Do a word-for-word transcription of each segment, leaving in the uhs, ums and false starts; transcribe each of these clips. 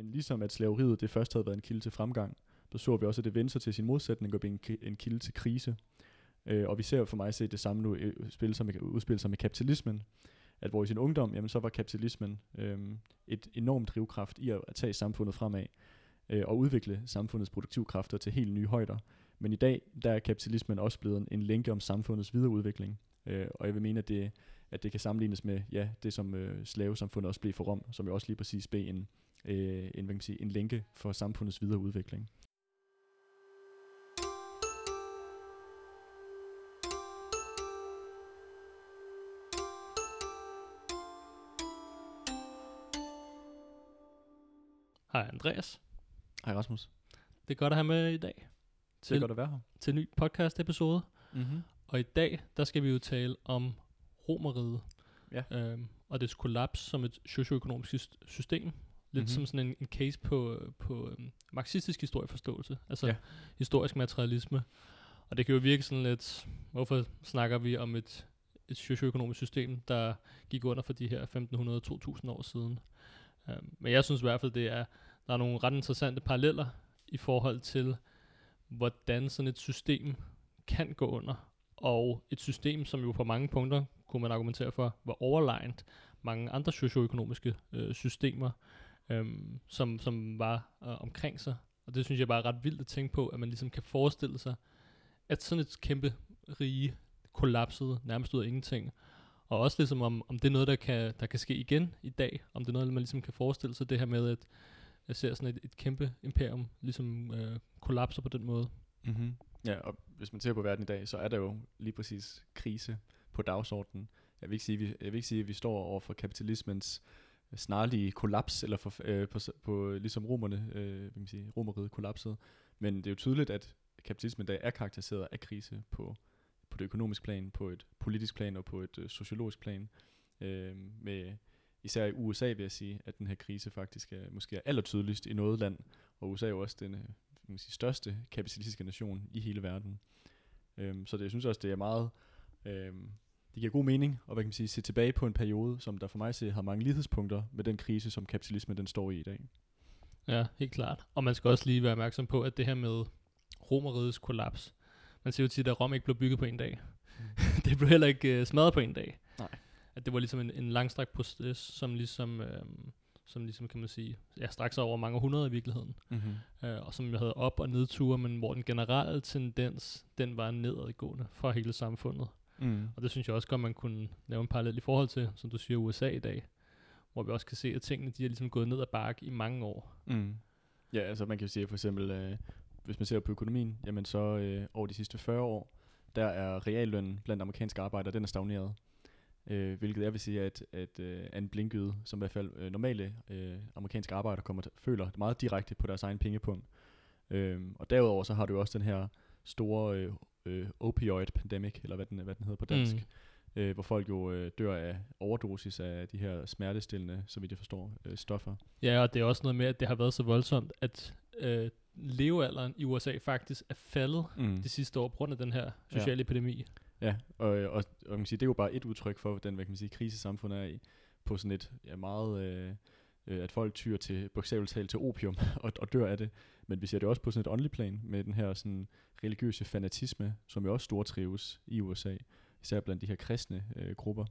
men ligesom at slaveriet det først havde været en kilde til fremgang, der så vi også, at det vendte sig til sin modsætning og blev en, en kilde til krise. Øh, og vi ser for mig at se det samme nu øh, spille sig med, udspille sig med kapitalismen, at hvor i sin ungdom, jamen så var kapitalismen øh, et enormt drivkraft i at, at tage samfundet fremad øh, og udvikle samfundets produktivkræfter til helt nye højder. Men i dag, der er kapitalismen også blevet en, en lænke om samfundets videreudvikling. Øh, og jeg vil mene, at det, at det kan sammenlignes med ja, det, som øh, slavesamfundet også blev for Rom, som jo også lige præcis blev en, øh, en, hvad kan man sige, en lænke for samfundets videreudvikling. Hej Andreas. Hej Rasmus. Det er godt at have med i dag. Det er godt at være her. Til en ny podcast episode. Mm-hmm. Og i dag, der skal vi jo tale om Romerriget. Ja. Øhm, og dets kollaps som et socioøkonomisk system. Lidt mm-hmm. som sådan en, en case på, på um, marxistisk historieforståelse. Altså ja. historisk materialisme. Og det kan jo virke sådan lidt, hvorfor snakker vi om et, et socioøkonomisk system, der gik under for de her femten hundrede til to tusind år siden. Um, men jeg synes i hvert fald, det er, der er nogle ret interessante paralleller i forhold til, hvordan sådan et system kan gå under. Og et system, som jo på mange punkter, kunne man argumentere for, var overlegent mange andre socioøkonomiske øh, systemer, øhm, som, som var øh, omkring sig. Og det synes jeg bare er ret vildt at tænke på, at man ligesom kan forestille sig, at sådan et kæmpe rige kollapsede nærmest ud af ingenting. Og også ligesom om, om det er noget, der kan, der kan ske igen i dag. Om det er noget, man ligesom kan forestille sig, det her med, at jeg ser sådan et, et kæmpe imperium ligesom øh, kollapser på den måde. Mm-hmm. Ja, og hvis man ser på verden i dag, så er der jo lige præcis krise på dagsordenen. Jeg vil ikke sige, vi, jeg vil ikke sige at vi står over for kapitalismens snarlige kollaps, eller for, øh, på, på ligesom romerne, øh, vil man sige, romeriet kollapsede. Men det er jo tydeligt, at kapitalismen i dag er karakteriseret af krise på, på det økonomiske plan, på et politisk plan og på et øh, sociologisk plan. Øh, med især i U S A vil jeg sige, at den her krise faktisk er måske er allertydeligst i noget land, og U S A er jo også den man sige, største kapitalistiske nation i hele verden. Øhm, så det, jeg synes også, det er meget, øhm, det giver god mening at hvad kan man sige, se tilbage på en periode, som der for mig ser har mange lighedspunkter med den krise, som kapitalismen den står i i dag. Ja, helt klart. Og man skal også lige være opmærksom på, at det her med Romerrigets kollaps, man siger jo tit, at Rom ikke blev bygget på en dag. Mm. Det blev heller ikke uh, smadret på en dag. Nej. At det var ligesom en, en langstrakt proces, som ligesom... Øhm, som ligesom kan man sige, ja, straks over mange hundrede i virkeligheden, mm-hmm. øh, og som jeg havde op- og nedture, men hvor den generelle tendens, den var nedadgående for hele samfundet. Mm. Og det synes jeg også godt, man kunne lave en parallel i forhold til, som du siger, U S A i dag, hvor vi også kan se, at tingene, de er ligesom gået ned ad bakke i mange år. Mm. Ja, altså man kan jo sige for eksempel, øh, hvis man ser på økonomien, jamen så øh, over de sidste fyrre år, der er reallønnen blandt amerikanske arbejdere, den er stagneret. Øh, hvilket jeg vil sige, at, at øh, er en blinkyde, som i hvert fald øh, normale øh, amerikanske arbejdere kommer til, føler meget direkte på deres egen pengepung. Øh, og derudover så har du jo også den her store øh, øh, opioid pandemic, eller hvad den, hvad den hedder på dansk, mm. øh, hvor folk jo øh, dør af overdosis af de her smertestillende, så vidt jeg forstår, øh, stoffer. Ja, og det er også noget med, at det har været så voldsomt, at øh, levealderen i U S A faktisk er faldet mm. de sidste år på grund af den her sociale ja. epidemi. Ja, og, og, og man kan sige, det er jo bare et udtryk for den, hvad kan man sige, krisesamfundet er i, på sådan et ja, meget, øh, øh, at folk tyr til, bogstaveligt talt til opium og, og dør af det. Men vi ser det også på sådan et åndeligt plan, med den her sådan religiøse fanatisme, som jo også stortrives i U S A, især blandt de her kristne øh, grupper.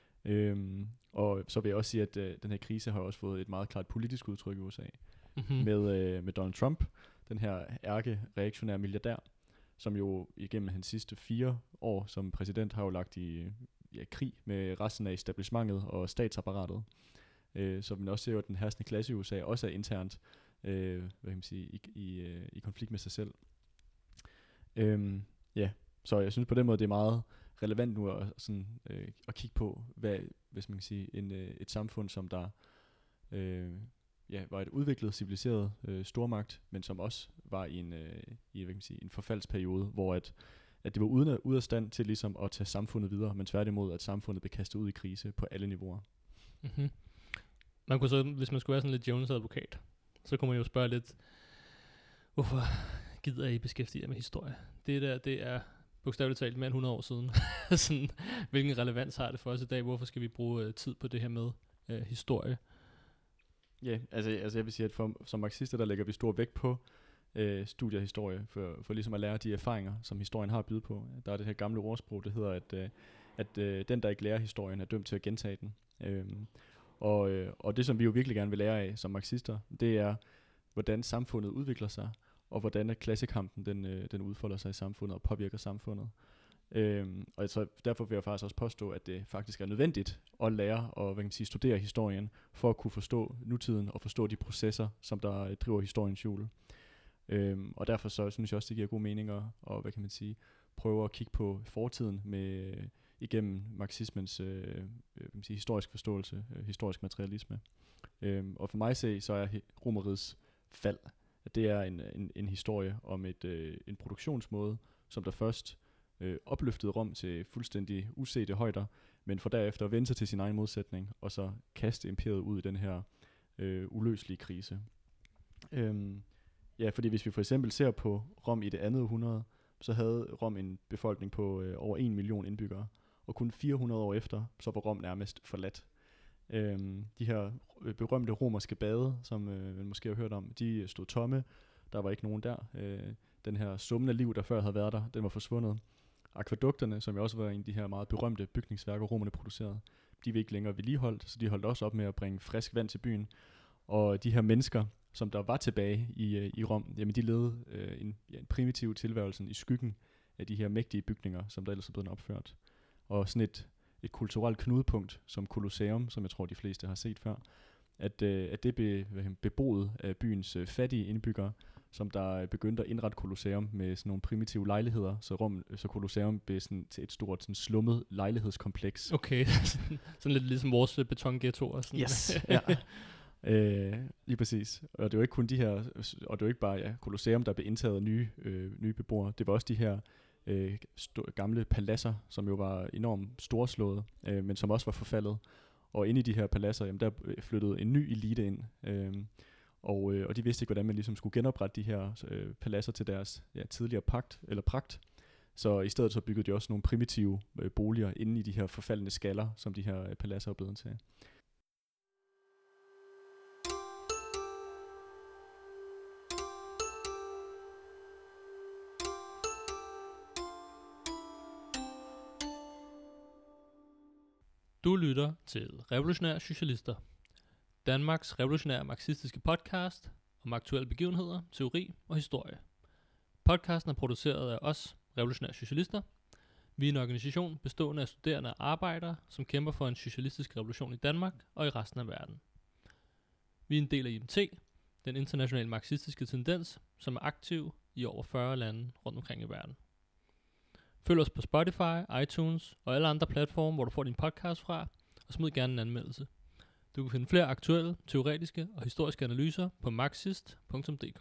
Øhm, og så vil jeg også sige, at øh, den her krise har også fået et meget klart politisk udtryk i U S A, mm-hmm. med, øh, med Donald Trump, den her ærke-reaktionære milliardær, som jo igennem hans sidste fire år som præsident har jo lagt i ja, krig med resten af establishmentet og statsapparatet. Øh, så man også ser jo, at den herskende klasse i U S A også er internt øh, hvad kan man sige, i, i, øh, i konflikt med sig selv. Øhm, ja, så jeg synes på den måde, det er meget relevant nu at, sådan, øh, at kigge på, hvad, hvis man kan sige, en, øh, et samfund, som der øh, ja, var et udviklet, civiliseret øh, stormagt, men som også var i en, øh, i, hvad kan man sige, en forfaldsperiode, hvor at, at det var uden, ude af stand til ligesom at tage samfundet videre, men tværtimod, at samfundet blev kastet ud i krise på alle niveauer. Mm-hmm. Man kunne så, hvis man skulle være sådan lidt Jones advokat, så kunne man jo spørge lidt, hvorfor gider I beskæftige jer med historie? Det der, det er bogstaveligt talt mere end hundrede år siden. Sådan, hvilken relevans har det for os i dag? Hvorfor skal vi bruge øh, tid på det her med øh, historie? Ja, altså, altså jeg vil sige, at for, som marxister, der lægger vi stor vægt på øh, studiehistorie, for, for ligesom at lære de erfaringer, som historien har at byde på. Der er det her gamle ordsprog, det hedder, at, øh, at øh, den, der ikke lærer historien, er dømt til at gentage den. Øhm, og, øh, og det, som vi jo virkelig gerne vil lære af som marxister, det er, hvordan samfundet udvikler sig, og hvordan at klassekampen den, øh, den udfolder sig i samfundet og påvirker samfundet. Øhm, og så derfor vil jeg faktisk også påstå, at det faktisk er nødvendigt at lære og hvad kan man sige, studere historien, for at kunne forstå nutiden og forstå de processer, som der øh, driver historiens hjul. Øhm, og derfor så synes jeg også, det giver god mening at, og, hvad kan man sige, prøve at kigge på fortiden med, øh, igennem marxismens øh, øh, hvad man sige, historisk forståelse, øh, historisk materialisme. Øhm, og for mig at se, så er Romerrigets fald, at det er en, en, en historie om et, øh, en produktionsmåde, som der først øh, opløftede Rom til fuldstændig usete højder, men for derefter at vende sig til sin egen modsætning, og så kaste imperiet ud i den her øh, uløselige krise. Øhm, ja, fordi hvis vi for eksempel ser på Rom i det andet århundrede, så havde Rom en befolkning på øh, over en million indbyggere, og kun fire hundrede år efter, så var Rom nærmest forladt. Øhm, de her berømte romerske bade, som øh, man måske har hørt om, de stod tomme. Der var ikke nogen der. Øh, den her summen af liv, der før havde været der, den var forsvundet. Akvædukterne, som jo også var en af de her meget berømte bygningsværker, romerne producerede, de var ikke længere vedligeholdt, så de holdt også op med at bringe frisk vand til byen. Og de her mennesker, som der var tilbage i, øh, i Rom, jamen de levede øh, en, ja, en primitiv tilværelse i skyggen af de her mægtige bygninger, som der ellers er blevet opført. Og sådan et et kulturelt knudepunkt som Colosseum, som jeg tror de fleste har set før, at, øh, at det blev beboet af byens øh, fattige indbyggere, som der begyndte at indrette Colosseum med sådan nogle primitive lejligheder, så Rom, så Colosseum blev sådan til et stort sådan slummet lejlighedskompleks. Okay, sådan lidt ligesom vores betonghettoer. Sådan. Yes, ja. Øh, lige præcis. Og det var ikke kun de her, og det var ikke bare ja, Colosseum, der blev indtaget af nye, øh, nye beboere. Det var også de her øh, st- gamle paladser, som jo var enormt storslåede, øh, men som også var forfaldet. Og inde i de her paladser, jamen, der flyttede en ny elite ind. Øh, og, øh, og de vidste ikke, hvordan man ligesom skulle genoprette de her øh, paladser til deres ja, tidligere pagt, eller pragt. Så i stedet så byggede de også nogle primitive øh, boliger inde i de her forfaldende skaller, som de her øh, paladser er blevet til. Du lytter til Revolutionære Socialister, Danmarks revolutionære marxistiske podcast om aktuelle begivenheder, teori og historie. Podcasten er produceret af os, Revolutionære Socialister. Vi er en organisation bestående af studerende og arbejdere, som kæmper for en socialistisk revolution i Danmark og i resten af verden. Vi er en del af I M T, den internationale marxistiske tendens, som er aktiv i over fyrre lande rundt omkring i verden. Følg os på Spotify, iTunes og alle andre platforme, hvor du får din podcast fra, og smid gerne en anmeldelse. Du kan finde flere aktuelle, teoretiske og historiske analyser på marxist punktum d k.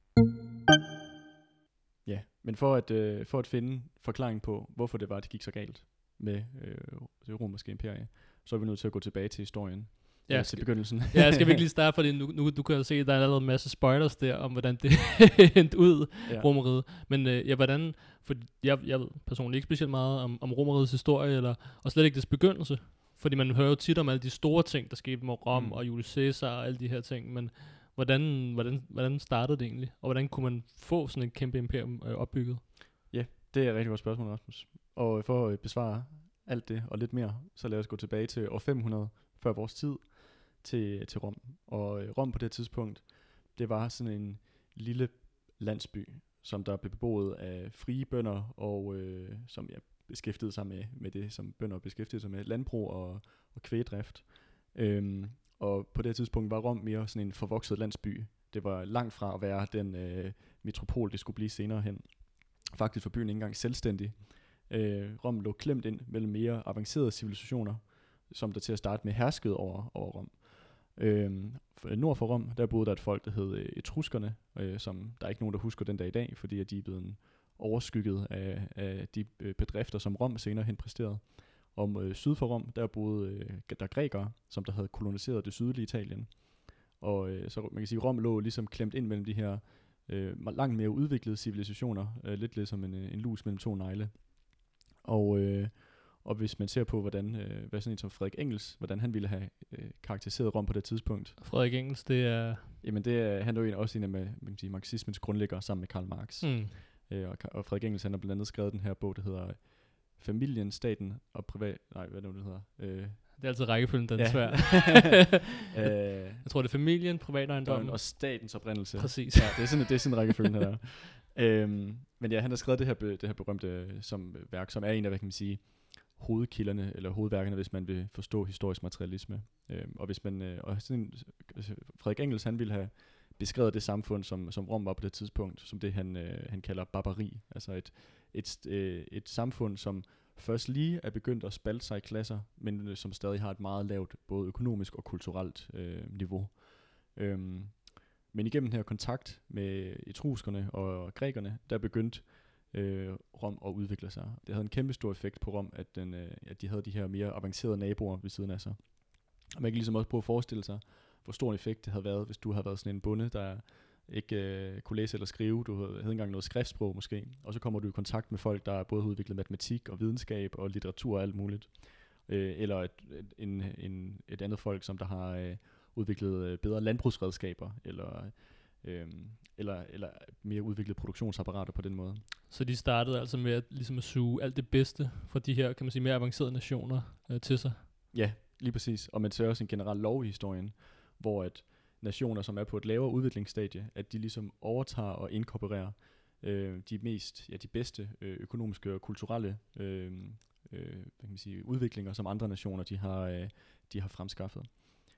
Ja, men for at, øh, for at finde forklaring på, hvorfor det var, det gik så galt med øh, det romerske imperie, så er vi nødt til at gå tilbage til historien. Ja, til begyndelsen. Ja, jeg skal virkelig lige starte, fordi nu, nu du kan se, at der er allerede en masse spoilers der, om hvordan det endte ud, ja. Romeriet. Men øh, ja, hvordan, for jeg, jeg ved personligt ikke specielt meget om, om Romeriets historie, eller, og slet ikke dets begyndelse. Fordi man hører jo tit om alle de store ting, der skete med Rom, mm. og Julius Caesar og alle de her ting, men hvordan, hvordan, hvordan startede det egentlig? Og hvordan kunne man få sådan et kæmpe imperium øh, opbygget? Ja, det er et rigtig godt spørgsmål, Rasmus. Og for at besvare alt det og lidt mere, så lad os gå tilbage til år fem hundrede før vores tid, til, til Rom. Og øh, Rom på det tidspunkt, det var sådan en lille landsby, som der blev beboet af frie bønder, og øh, som ja, beskæftigede sig med, med det, som bønder beskæftigede sig med, landbrug og, og kvægdrift. Øhm, og på det tidspunkt var Rom mere sådan en forvokset landsby. Det var langt fra at være den øh, metropol, det skulle blive senere hen. Faktisk var byen ikke engang selvstændig. Øh, Rom lå klemt ind mellem mere avancerede civilisationer, som der til at starte med herskede over, over Rom. Øhm, nord for Rom, der boede der et folk, der hed øh, etruskerne, øh, som der er ikke nogen, der husker den dag i dag, fordi at de er blevet overskygget af, af de øh, bedrifter, som Rom senere hen præsterede. Om øh, syd for Rom, der boede øh, der grækere, som der havde koloniseret det sydlige Italien. Og øh, så man kan sige, Rom lå ligesom klemt ind mellem de her øh, langt mere udviklede civilisationer, øh, lidt ligesom en, en lus mellem to negle. Og, øh, Og hvis man ser på, hvordan, øh, hvad sådan en som Frederik Engels, hvordan han ville have øh, karakteriseret Rom på det tidspunkt. Frederik Engels, det er... Jamen det er, han er jo en, også en af man kan sige, marxismens grundlæggere sammen med Karl Marx. Mm. Øh, og, og Frederik Engels, han har blandt andet skrevet den her bog, der hedder Familien, Staten og Privat... Nej, hvad er det, det hedder? Øh, det er altid rækkefølgen, den er ja. svær. øh, Jeg tror, det er familien, privatejendommen. og statens oprindelse. Præcis. Ja, det er sådan, det er sådan rækkefølgen her der. øhm, men ja, han har skrevet det her, be, det her berømte som værk, som er en af, hvad kan man sige, hovedkilderne, eller hovedværkerne, hvis man vil forstå historisk materialisme. Øhm, og hvis man, øh, og sådan, Frederik Engels, han ville have beskrevet det samfund, som, som Rom var på det tidspunkt, som det, han, øh, han kalder barbari. Altså et, et, øh, et samfund, som først lige er begyndt at spalte sig i klasser, men øh, som stadig har et meget lavt, både økonomisk og kulturelt øh, niveau. Øhm, men igennem den her kontakt med etruskerne og grækerne, der begyndte øh, Rom at udvikle sig. Det havde en kæmpe stor effekt på Rom, at, den, øh, at de havde de her mere avancerede naboer ved siden af sig. Og man kan ligesom også prøve at forestille sig, hvor stor en effekt det havde været, hvis du havde været sådan en bonde, der ikke øh, kunne læse eller skrive. Du havde ikke engang noget skriftsprog måske. Og så kommer du i kontakt med folk, der både har udviklet matematik og videnskab og litteratur og alt muligt. Øh, eller et, et, en, en, et andet folk, som der har øh, udviklet øh, bedre landbrugsredskaber, eller, øh, eller, eller mere udviklet produktionsapparater på den måde. Så de startede altså med at, ligesom at suge alt det bedste fra de her, kan man sige, mere avancerede nationer øh, til sig? Ja, lige præcis. Og man ser også en generel lov i historien, hvor at nationer, som er på et lavere udviklingsstadie, at de ligesom overtager og inkorporerer øh, de mest, ja, de bedste øh, økonomiske og kulturelle øh, øh, hvad kan man sige, udviklinger, som andre nationer de har, øh, de har fremskaffet.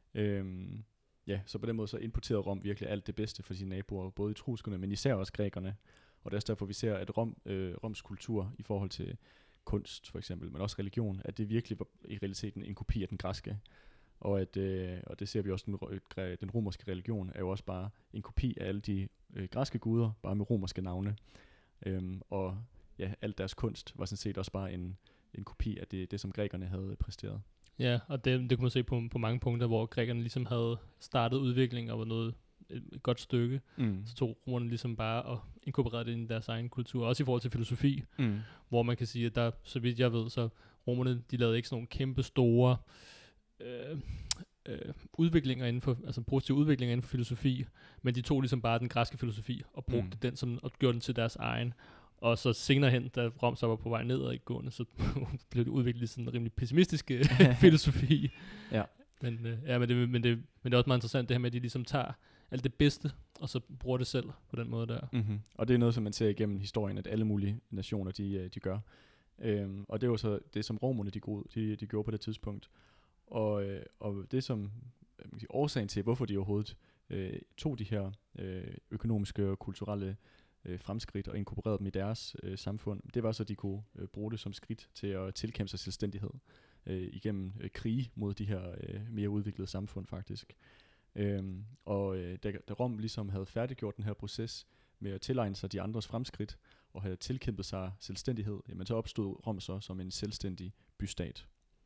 Øh, ja, så på den måde så importerede Rom virkelig alt det bedste for sine naboer, både etruskerne, men især også grækerne. Og det er også derfor, vi ser, at Rom, øh, Roms kultur i forhold til kunst for eksempel, men også religion, at det virkelig var i realiteten en kopi af den græske. Og, at, øh, og det ser vi også, den, den romerske religion er jo også bare en kopi af alle de øh, græske guder, bare med romerske navne. Øhm, og ja, alt deres kunst var sådan set også bare en, en kopi af det, det, som grækerne havde præsteret. Ja, og det, det kunne man se på, på mange punkter, hvor grækerne ligesom havde startet udviklingen og var noget et, et godt stykke. Mm. Så tog romerne ligesom bare og inkorporerede det i deres egen kultur. Også i forhold til filosofi, mm. hvor man kan sige, at der, så vidt jeg ved, så romerne, de lavede ikke sådan nogle kæmpe store Øh, øh, udviklinger inden for, altså positive udviklinger inden for filosofi, men de tog ligesom bare den græske filosofi og brugte mm. den som, og gjorde den til deres egen. Og så senere hen, da Rom så var på vej nedad i gående, så blev det udviklet sådan en rimelig pessimistisk filosofi. Ja. Men, øh, ja, men, det, men, det, men det er også meget interessant det her med, at de ligesom tager alt det bedste, og så bruger det selv på den måde der. Mm-hmm. Og det er noget, som man ser igennem historien, at alle mulige nationer, de, de gør. Øhm, og det er jo så det, som romerne de, de, de gjorde på det tidspunkt. Og, øh, og det som man kan sige, årsagen til, hvorfor de overhovedet øh, tog de her øh, økonomiske og kulturelle øh, fremskridt og inkorporerede dem i deres øh, samfund, det var så, at de kunne øh, bruge det som skridt til at tilkæmpe sig selvstændighed øh, igennem øh, krige mod de her øh, mere udviklede samfund faktisk. Øhm, og øh, da, da Rom ligesom havde færdiggjort den her proces med at tilegne sig de andres fremskridt og havde tilkæmpet sig selvstændighed, jamen så opstod Rom så som en selvstændig bystat.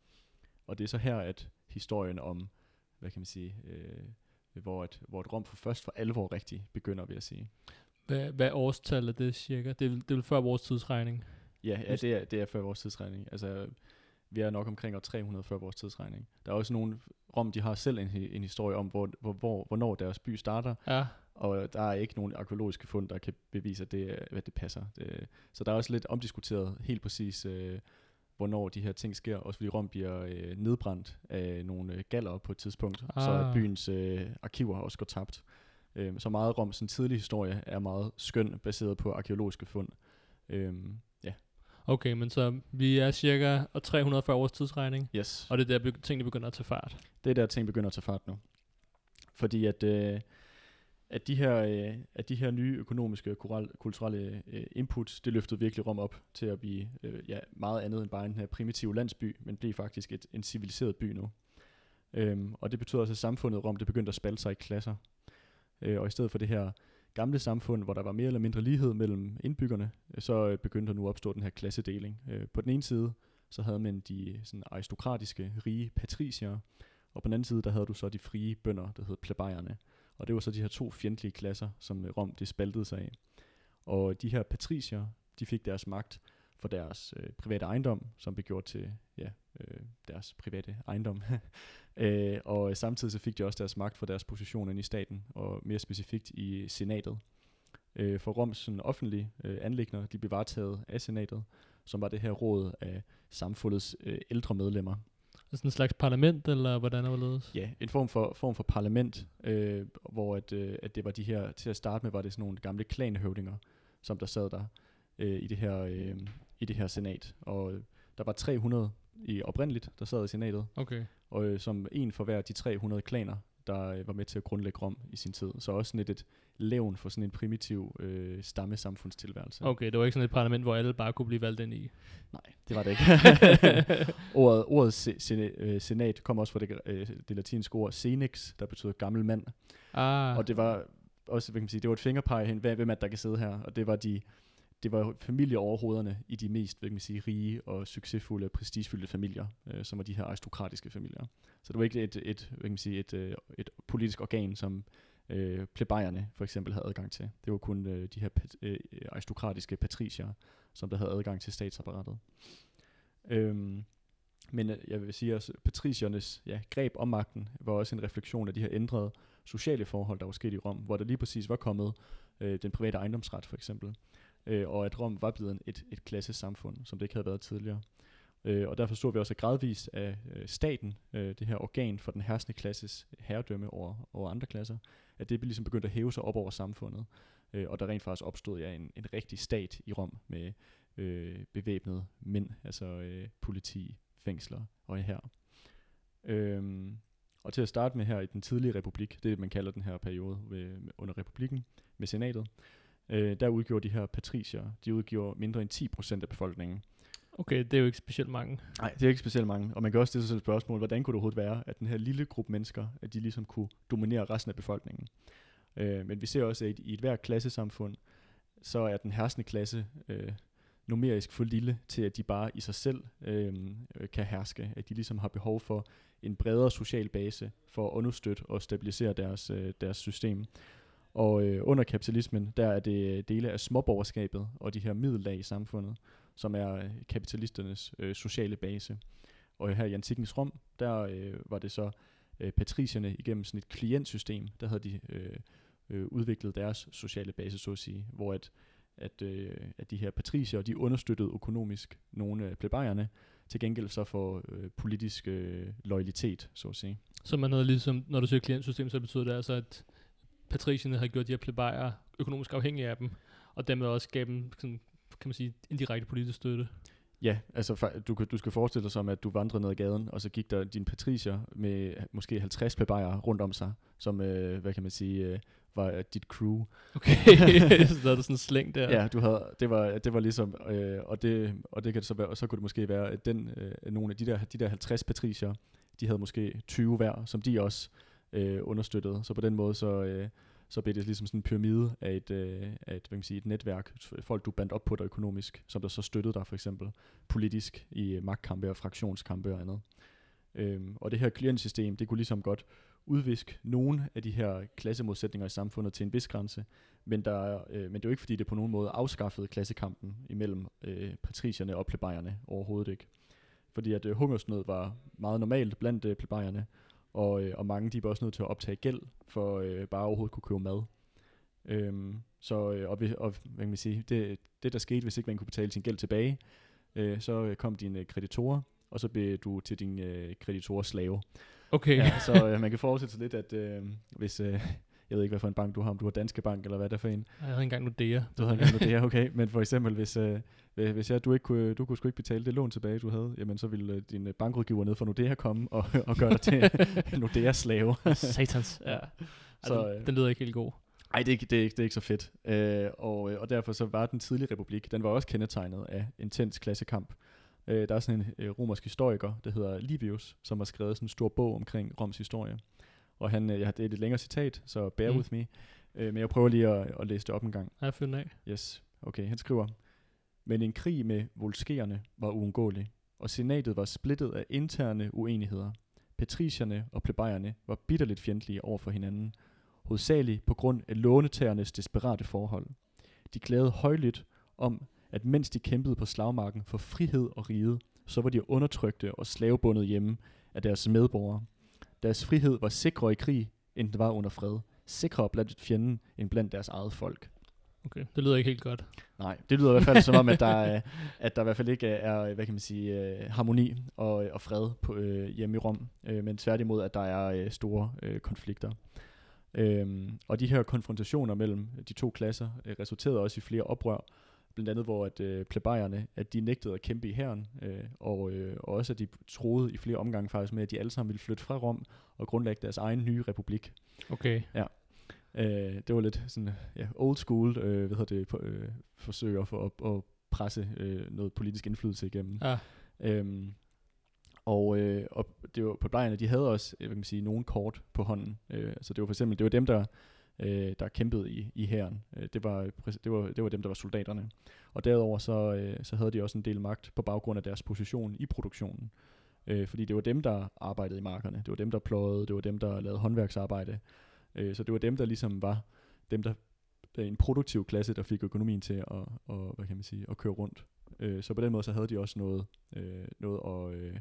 Og det er så her, at historien om, hvad kan man sige, øh, hvor, et, hvor et Rom for først for alvor rigtig begynder, vil jeg sige. Hvad, hvad årstal er det cirka? Det er, det er vel før vores tidsregning? Ja, ja det, er, det er før vores tidsregning. Altså, vi er nok omkring år tre hundrede før vores tidsregning. Der er også nogle, Rom, de har selv en, en historie om, hvor, hvor, hvor, hvornår deres by starter. Ja. Og der er ikke nogen arkæologiske fund, der kan bevise, at det, at det passer. Det, så der er også lidt omdiskuteret helt præcis, øh, hvornår de her ting sker, også fordi Rom bliver øh, nedbrændt af nogle øh, galler på et tidspunkt, ah. så byens øh, arkiver har også gået tabt. Øh, så meget Roms sådan, tidlig historie er meget skøn, baseret på arkæologiske fund. Øh, ja. Okay, men så vi er cirka tre hundrede før vores tidsregning, yes. og det er der be- ting, der begynder at tage fart. Det er der ting begynder at tage fart nu. Fordi at, øh, at, de her, øh, at de her nye økonomiske og kulturelle øh, inputs, det løftede virkelig Rom op til at blive øh, ja, meget andet end bare en her primitiv landsby, men blev faktisk et, en civiliseret by nu. Øhm, og det betyder også, at samfundet Rom det begyndte at spalte sig i klasser. Øh, og i stedet for det her gamle samfund, hvor der var mere eller mindre lighed mellem indbyggerne, øh, så øh, begyndte der nu at opstå den her klassedeling. Øh, på den ene side, så havde man de sådan, aristokratiske, rige patriciere, og på den anden side, der havde du så de frie bønder, der hed plebejerne. Og det var så de her to fjendtlige klasser, som Rom det spaltede sig af. Og de her patricier, de fik deres magt for deres øh, private ejendom, som blev gjort til ja, øh, deres private ejendom. øh, og samtidig så fik de også deres magt for deres position inde i staten, og mere specifikt i senatet. Øh, for Roms sådan, offentlige øh, anliggender, de blev varetaget af senatet, som var det her råd af samfundets øh, ældre medlemmer. Sådan en slags parlament, eller hvordan er det? Ja, en form for, form for parlament, øh, hvor at, øh, at det var de her, til at starte med var det sådan nogle gamle klanhøvdinger, som der sad der øh, i, det her, øh, i det her senat. Og øh, der var tre hundrede i oprindeligt, der sad i senatet, Okay. og øh, som en for hver af de tre hundrede klaner, der øh, var med til at grundlægge Rom i sin tid. Så også sådan et, et levn for sådan en primitiv øh, stammesamfundstilværelse. Okay, det var ikke sådan et parlament, hvor alle bare kunne blive valgt ind i. Nej, det var det ikke. ordet ordet se, se, øh, senat kom også fra det, øh, det latinske ord senex, der betyder gammel mand. Ah. Og det var også, hvad kan man sige, det var et fingerpege hen, hvem er der kan sidde her, og det var de det var familieoverhovederne i de mest, hvad kan man sige, rige og succesfulde og prestigefyldte familier, øh, som var de her aristokratiske familier. Så det var ikke et, et, hvad kan man sige, et, et, et politisk organ, som øh, plebejerne for eksempel havde adgang til. Det var kun øh, de her pat, øh, aristokratiske patricier, som der havde adgang til statsapparatet. Øhm, men jeg vil sige også, patriciernes ja, greb om magten var også en refleksion af de her ændrede sociale forhold, der var sket i Rom, hvor der lige præcis var kommet øh, den private ejendomsret for eksempel. Øh, og at Rom var blevet et, et klassesamfund, som det ikke havde været tidligere. Øh, og derfor så vi også gradvist af øh, staten, øh, det her organ for den herskende klasses herredømme over, over andre klasser, at det ligesom begyndte at hæve sig op over samfundet. Øh, og der rent faktisk opstod ja, en, en rigtig stat i Rom med øh, bevæbnede mænd, altså øh, politi, fængsler og her. Øhm, og til at starte med her i den tidlige republik, det man kalder den her periode ved, under republikken med senatet, Øh, der udgjorde de her patricier, de udgjorde mindre end ti procent af befolkningen. Okay, det er jo ikke specielt mange. Nej, det er ikke specielt mange. Og man kan også stille sig selv et spørgsmål, hvordan kunne det overhovedet være, at den her lille gruppe mennesker, at de ligesom kunne dominere resten af befolkningen. Øh, men vi ser også, at i et hvert klassesamfund, så er den herskende klasse øh, numerisk for lille til, at de bare i sig selv øh, kan herske. At de ligesom har behov for en bredere social base for at understøtte og stabilisere deres, øh, deres system. Og øh, under kapitalismen, der er det dele af småborgerskabet og de her middellag i samfundet, som er øh, kapitalisternes øh, sociale base. Og her i antikkens Rom, der øh, var det så øh, patricierne igennem sådan et klientsystem, der havde de øh, øh, udviklet deres sociale base, så at sige, hvor at, at, øh, at de her patricier, de understøttede økonomisk nogle af plebejerne, til gengæld så for øh, politisk øh, loyalitet, så at sige. Så man havde ligesom, når du siger klientsystem, så betyder det altså, at patricierne havde gjort de her plebejer økonomisk afhængige af dem, og dermed også gav dem, sådan, kan man sige, indirekte politisk støtte. Ja, altså du, du skal forestille dig som, at du vandrede ned ad gaden, og så gik der dine patricier med måske halvtreds plebejer rundt om sig, som, øh, hvad kan man sige, øh, var dit crew. Okay, så der er der sådan en slæng der. Ja, du havde, det var, det var ligesom, øh, og, det, og det kan det så være, og så kunne det måske være, at den, øh, nogle af de der, de der halvtreds patricier, de havde måske tyve hver, som de også øh, understøttede. Så på den måde, så, øh, så blev det ligesom sådan en pyramide af et, øh, af et, hvad kan man sige, et netværk, folk du bandt op på dig økonomisk, som der så støttede dig for eksempel politisk i magtkampe og fraktionskampe og andet. Øhm, og det her klientsystem, det kunne ligesom godt udviske nogle af de her klassemodsætninger i samfundet til en vis grænse, men, der, øh, men det er jo ikke fordi, det på nogen måde afskaffede klassekampen imellem øh, patricierne og plebejerne overhovedet ikke. Fordi at øh, hungersnød var meget normalt blandt øh, plebejerne, og, øh, og mange de var også nødt til at optage gæld, for øh, bare overhovedet kunne købe mad. Øhm, så, øh, og, og hvad kan man sige, det, det der skete, hvis ikke man kunne betale sin gæld tilbage, øh, så kom dine kreditorer, og så blev du til din øh, kreditors slave. Okay. Ja, så øh, man kan forestille sig lidt, at øh, hvis, øh, jeg ved ikke, hvad for en bank du har, om du har Danske Bank, eller hvad der for en. Jeg havde engang Nordea. Du havde engang Nordea, okay. Men for eksempel, hvis, øh, hvis jeg, du ikke kunne, du kunne sgu ikke betale det lån tilbage, du havde, jamen så ville øh, din bankrådgiver ned fra Nordea komme og, og gøre dig til Nordeas slave. Satans, ja. Så, altså, den lyder ikke helt god. Nej, det er ikke, det er ikke, det er ikke så fedt. Øh, og, og derfor så var den tidlige republik, den var også kendetegnet af intens klassekamp. Øh, der er sådan en øh, romersk historiker, der hedder Livius, som har skrevet sådan en stor bog omkring Roms historie. Og han, øh, jeg har det er et lidt længere citat, så bear mm. with me. Øh, men jeg prøver lige at, at læse det op en gang. Ja, fyr den af. Yes, okay, han skriver: Men en krig med volskererne var uundgåelig, og senatet var splittet af interne uenigheder. Patricierne og plebejerne var bitterligt fjendtlige over for hinanden, hovedsageligt på grund af lånetagernes desperate forhold. De klagede højlydt om, at mens de kæmpede på slagmarken for frihed og rige, så var de undertrykte og slavebundet hjemme af deres medborgere. Deres frihed var sikrere i krig, end den var under fred. Sikrere blandt fjenden, end blandt deres eget folk. Okay, det lyder ikke helt godt. Nej, det lyder i hvert fald som om, at der, er, at der i hvert fald ikke er, hvad kan man sige, uh, harmoni og, og fred på, uh, hjemme i Rom, uh, men tværtimod, at der er uh, store uh, konflikter. Um, og de her konfrontationer mellem de to klasser uh, resulterede også i flere oprør, blandt andet hvor at uh, plebejerne, at de nægtede at kæmpe i hæren, uh, og, uh, og også at de troede i flere omgange faktisk med, at de alle sammen ville flytte fra Rom og grundlægge deres egen nye republik. Okay. Ja. Uh, det var lidt sådan ja, old school uh, hvad hedder det, på, uh, forsøger for at, at presse uh, noget politisk indflydelse igennem. Ah. Um, og, uh, og det var på plejerne, de havde også, hvad kan man sige, nogle kort på hånden. Uh, så det var for eksempel, det var dem der uh, der kæmpede i i hæren. Uh, det var det var det var dem der var soldaterne. Og derudover så uh, så havde de også en del magt på baggrund af deres position i produktionen. Uh, fordi det var dem der arbejdede i markerne. Det var dem der pløjede, det var dem der lavede håndværksarbejde. Så det var dem, der ligesom var dem, der, der en produktiv klasse, der fik økonomien til at, og, hvad kan man sige, at køre rundt. Så på den måde, så havde de også noget, noget, og, øh,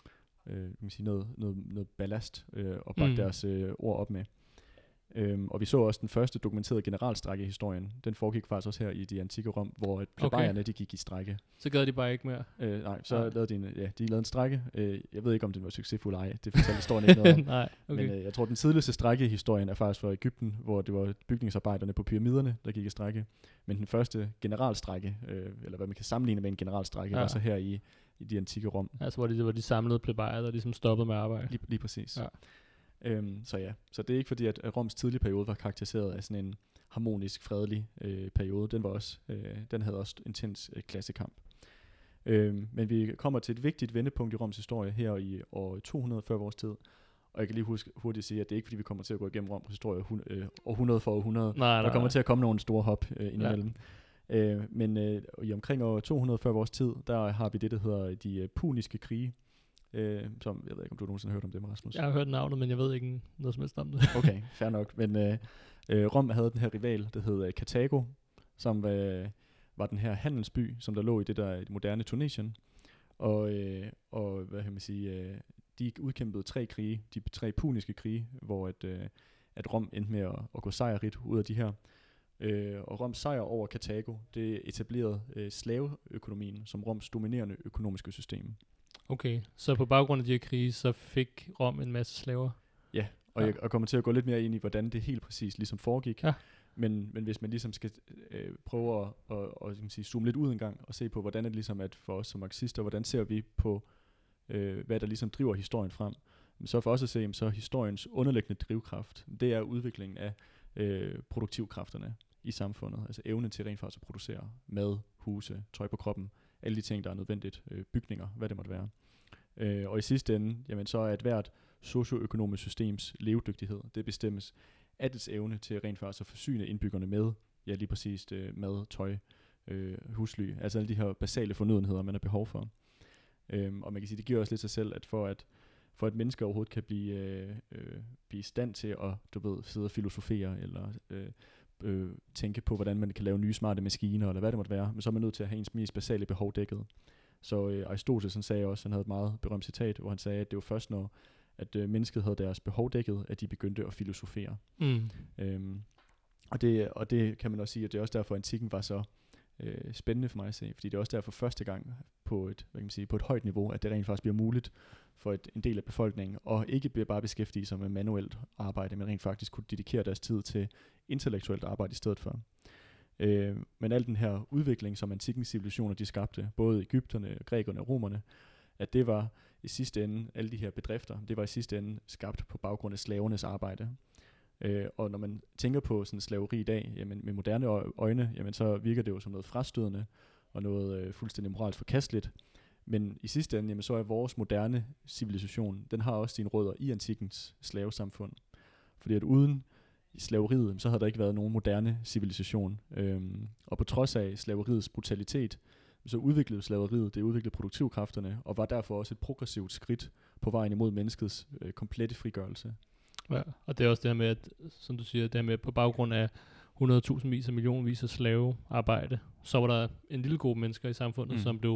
kan man sige, noget, noget, noget ballast øh, at bakke mm. deres øh, ord op med. Øhm, og vi så også den første dokumenterede generalstrejke i historien. Den foregik faktisk også her i de antikke Rom, hvor plebejerne okay. de gik i strejke. Så gad de bare ikke mere? Øh, nej, så ja. lavede de en, ja, de lavede en strejke. Øh, jeg ved ikke, om den var succesfuld ej. Det fortæller historien ikke noget om. nej, okay. Men øh, jeg tror, den tidligste strejke i historien er faktisk fra Egypten, hvor det var bygningsarbejderne på pyramiderne, der gik i strejke. Men den første generalstrejke, øh, eller hvad man kan sammenligne med en generalstrejke, ja. var så her i, i de antikke Rom. Altså hvor de, hvor de samlede plebejer, der ligesom stoppede med at arbejde. Lige, lige præcis. Ja. Øhm, så ja, så det er ikke fordi, at Roms tidlige periode var karakteriseret af sådan en harmonisk, fredelig øh, periode. Den var også, øh, den havde også intens øh, klassekamp. Øhm, men vi kommer til et vigtigt vendepunkt i Roms historie her i år to hundrede før vores tid. Og jeg kan lige huske, hurtigt sige, at det er ikke fordi, vi kommer til at gå igennem Roms historie hun, øh, århundrede for århundrede. Nej, Der nej, kommer nej. til at komme nogle store hop øh, indimellem. Ja. Øh, men øh, i omkring år to hundrede før vores tid, der har vi det, der hedder de øh, puniske krige. Øh, som, jeg ved ikke, om du nogensinde har hørt om dem, Rasmus? Jeg har hørt navnet, men jeg ved ikke noget som helst om det. Okay, fair nok. Men øh, øh, Rom havde den her rival, der hed øh, Karthago, som øh, var den her handelsby, som der lå i det der moderne Tunesien. Og, øh, og hvad kan man sige, øh, de udkæmpede tre krige, de tre puniske krige, hvor at, øh, at Rom endte med at, at gå sejrigt ud af de her. Øh, og Roms sejr over Karthago, det etablerede øh, slaveøkonomien som Roms dominerende økonomiske system. Okay, så på baggrund af de her krige, så fik Rom en masse slaver? Ja, og ja. jeg og kommer til at gå lidt mere ind i, hvordan det helt præcis ligesom foregik. Ja. Men, men hvis man ligesom skal øh, prøve at og, og, sige, zoome lidt ud en gang, og se på, hvordan det ligesom er for os som marxister, hvordan ser vi på, øh, hvad der ligesom driver historien frem. Så for os at se, så historiens underliggende drivkraft, det er udviklingen af øh, produktivkræfterne i samfundet. Altså evne til rent faktisk at producere mad, huse, tøj på kroppen, alle de ting, der er nødvendigt, øh, bygninger, hvad det måtte være. Øh, og i sidste ende, jamen så er et hvert socioøkonomisk systems levedygtighed, det bestemmes af dets evne til rent faktisk at forsyne indbyggerne med, ja lige præcis øh, mad, tøj, øh, husly, altså alle de her basale fornødenheder, man har behov for. Øh, og man kan sige, det giver også lidt sig selv, at for at for at mennesker overhovedet kan blive, øh, øh, blive i stand til at, du ved, sidde og filosofere, eller øh, øh, tænke på, hvordan man kan lave nye smarte maskiner, eller hvad det måtte være, men så er man nødt til at have ens mest basale behov dækket. Så øh, Aristoteles han sagde også, han havde et meget berømt citat, hvor han sagde, at det var først når, at øh, mennesket havde deres behov dækket, at de begyndte at filosofere. Mm. Øhm, og, det, og det kan man også sige, at det er også derfor, at antikken var så øh, spændende for mig at se, fordi det er også derfor første gang på et, hvad kan man sige, på et højt niveau, at det rent faktisk bliver muligt for et, en del af befolkningen, og ikke bare beskæftige sig med manuelt arbejde, men rent faktisk kunne dedikere deres tid til intellektuelt arbejde i stedet for. Øh, men al den her udvikling, som antikkens civilisationer de skabte, både Egypterne, grækerne og romerne, at det var i sidste ende, alle de her bedrifter, det var i sidste ende skabt på baggrund af slavernes arbejde. Øh, og når man tænker på sådan slaveri i dag, jamen med moderne øjne, jamen så virker det jo som noget frastødende, og noget øh, fuldstændig moralsk forkasteligt. Men i sidste ende, jamen så er vores moderne civilisation, den har også sine rødder i antikkens slavesamfund. Fordi at uden slaveriet, så havde der ikke været nogen moderne civilisation. Øhm, og på trods af slaveriets brutalitet, så udviklede slaveriet, det udviklede produktivkræfterne, og var derfor også et progressivt skridt på vejen imod menneskets øh, komplette frigørelse. Ja, og det er også det her med, at, som du siger, det her med på baggrund af hundredtusindvis af millionvis af slavearbejde, så var der en lille gruppe mennesker i samfundet, Mm. som blev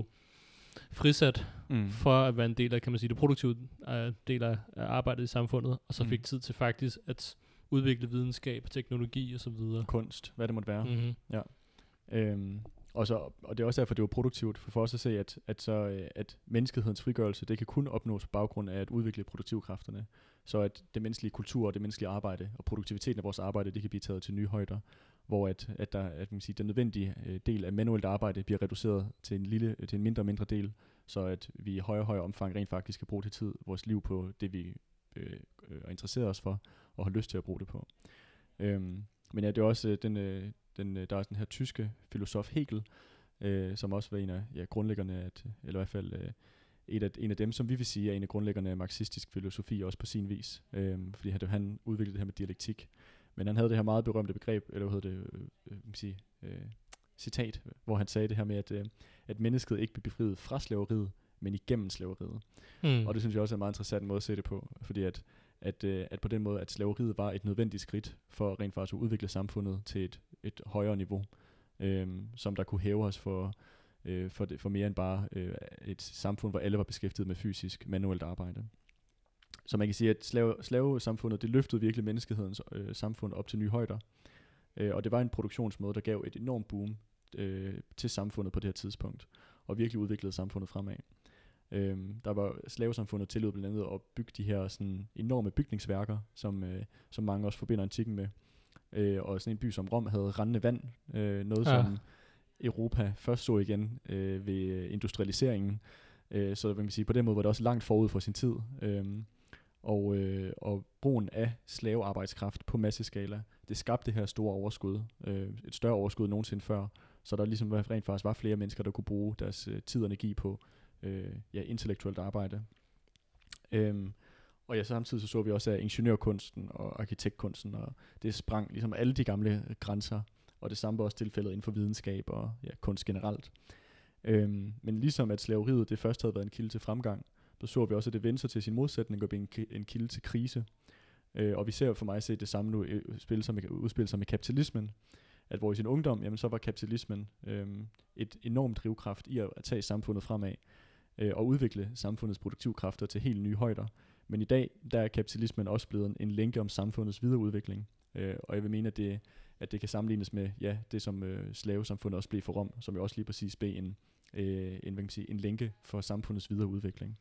frisat Mm. for at være en del af, kan man sige, det produktive uh, del af af arbejdet i samfundet, og så Mm. fik tid til faktisk at udvikle videnskab, teknologi og så videre. Kunst, hvad det måtte være. Mm-hmm. Øhm, og, så, og det er også derfor, det var produktivt for, for os at se, at, at, så, øh, at menneskehedens frigørelse, det kan kun opnås på baggrund af at udvikle produktivkræfterne. Så at det menneskelige kultur og det menneskelige arbejde og produktiviteten af vores arbejde, det kan blive taget til nye højder, hvor at, at, der, at man kan sige, den nødvendige øh, del af manuelt arbejde bliver reduceret til en, lille, til en mindre og mindre del, så at vi i højere og højere omfang rent faktisk kan bruge det tid, vores liv på det, vi øh, øh, er interesseret os for og har lyst til at bruge det på. Øhm, men ja, det er også øh, den... Øh, Den, der er den her tyske filosof Hegel, øh, som også var en af ja, grundlæggerne, at, eller i hvert fald øh, et af, en af dem, som vi vil sige er en af grundlæggerne af marxistisk filosofi, også på sin vis. Øh, fordi han, han udviklede det her med dialektik. Men han havde det her meget berømte begreb, eller hvad hedder det, øh, øh, man sige, øh, citat, hvor han sagde det her med, at, øh, at mennesket ikke blev befriet fra slaveriet, men igennem slaveriet. Mm. Og det synes jeg også er en meget interessant måde at se det på, fordi at At, øh, at på den måde, at slaveriet var et nødvendigt skridt for rent faktisk at udvikle samfundet til et, et højere niveau, øh, som der kunne hæve os for, øh, for, det, for mere end bare øh, et samfund, hvor alle var beskæftiget med fysisk, manuelt arbejde. Så man kan sige, at slave, slavesamfundet, det løftede virkelig menneskehedens øh, samfund op til nye højder. Øh, og det var en produktionsmåde, der gav et enormt boom øh, til samfundet på det her tidspunkt, og virkelig udviklede samfundet fremad. Øhm, der var slavesamfundet tillod blandt andet at bygge de her sådan enorme bygningsværker, som, øh, som mange også forbinder antikken med. Øh, og sådan en by som Rom havde rendende vand, øh, noget Ja. som Europa først så igen øh, ved industrialiseringen. Øh, så man kan sige, på den måde var det også langt forud for sin tid. Øh, og, øh, og brugen af slavearbejdskraft på masseskala, det skabte det her store overskud, øh, et større overskud end nogensinde før. Så der ligesom rent faktisk var flere mennesker, der kunne bruge deres øh, tid og energi på Øh, ja, intellektuelt arbejde. Øhm, og ja, samtidig så så vi også af ingeniørkunsten og arkitektkunsten, og det sprang ligesom alle de gamle grænser, og det samme var også tilfældet inden for videnskab og ja, kunst generelt. Øhm, men ligesom at slaveriet det først havde været en kilde til fremgang, så så vi også, at det vendte sig til sin modsætning og blev en, en kilde til krise. Øh, og vi ser for mig set det samme nu øh, spille sig med, udspille sig med kapitalismen, at hvor i sin ungdom, jamen så var kapitalismen øh, et enormt drivkraft i at, at tage samfundet fremad, øh, og udvikle samfundets produktivkræfter til helt nye højder. Men i dag, der er kapitalismen også blevet en, en lænke om samfundets videreudvikling. Øh, og jeg vil mene, at det, at det kan sammenlignes med ja, det, som øh, slavesamfundet også blev for Rom, som jo også lige præcis blev en, øh, en, hvad kan man sige, en lænke for samfundets videreudvikling.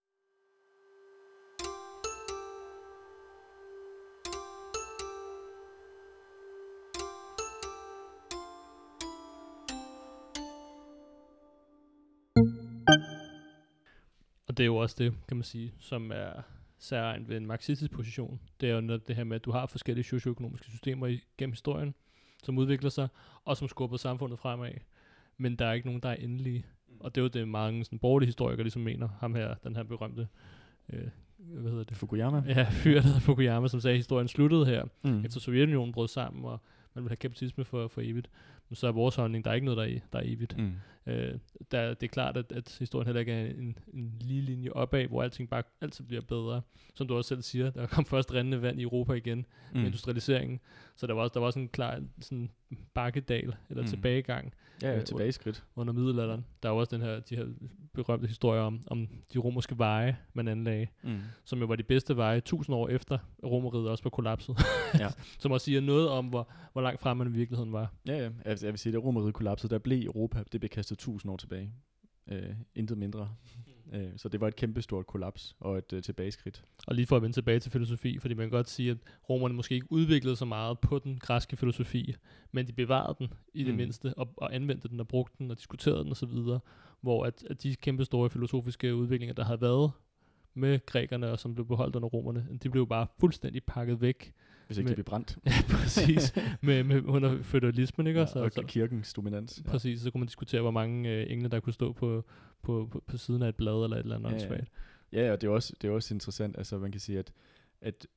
Og det er jo også det, kan man sige, som er særligt ved en marxistisk position. Det er jo netop det her med, at du har forskellige socioøkonomiske systemer i, gennem historien, som udvikler sig, og som skubber samfundet fremad. Men der er ikke nogen, der er endelige. Og det er jo det, mange sådan, borgerlige historikere ligesom mener. Ham her, den her berømte, øh, hvad hedder det? Fukuyama? Ja, fyr, der hedder Fukuyama, som sagde, at historien sluttede her, Mm. efter Sovjetunionen brød sammen, og man vil have kapitalisme for, for evigt. Men så er vores holdning, der er ikke noget, der er, der er evigt. Mm. Øh, der, det er klart, at, at historien heller ikke er en, en lige linje opad, hvor alting bare altid bliver bedre. Som du også selv siger, der kom først rendende vand i Europa igen, mm. med industrialiseringen. Så der var også, der var også en klar sådan bakkedal, eller mm. tilbagegang. Ja, ja, øh, tilbageskridt. Under middelalderen. Der er jo også den her, de her berømte historier om, om de romerske veje, man anlagde, Mm. som jo var de bedste veje tusind år efter Romeriet også var kollapset. Ja. Som også siger noget om, hvor, hvor langt fremme man i virkeligheden var. Ja, ja. Altså, jeg vil sige, at Romeriet kollapsede, der blev Europa, det blev kastet tusind år tilbage. Øh, intet mindre. Mm. Øh, så det var et kæmpestort kollaps og et øh, tilbageskridt. Og lige for at vende tilbage til filosofi, fordi man kan godt sige, at romerne måske ikke udviklede så meget på den græske filosofi, men de bevarede den i det Mm. mindste, og, og anvendte den og brugte den og diskuterede den osv., hvor at, at de kæmpe store filosofiske udviklinger, der havde været med grækerne, og som blev beholdt under romerne, de blev bare fuldstændig pakket væk. Hvis ikke med, det blev brændt. Ja, præcis. med, med under feudalismen, ikke? Ja, så, og så, kirkens dominans. Ja. præcis, så kunne man diskutere, hvor mange øh, engle, der kunne stå på, på, på, på siden af et blad, eller et eller andet Ja, ja. åndssvagt. Ja, og det er også, det er også interessant, altså man kan sige, at, at,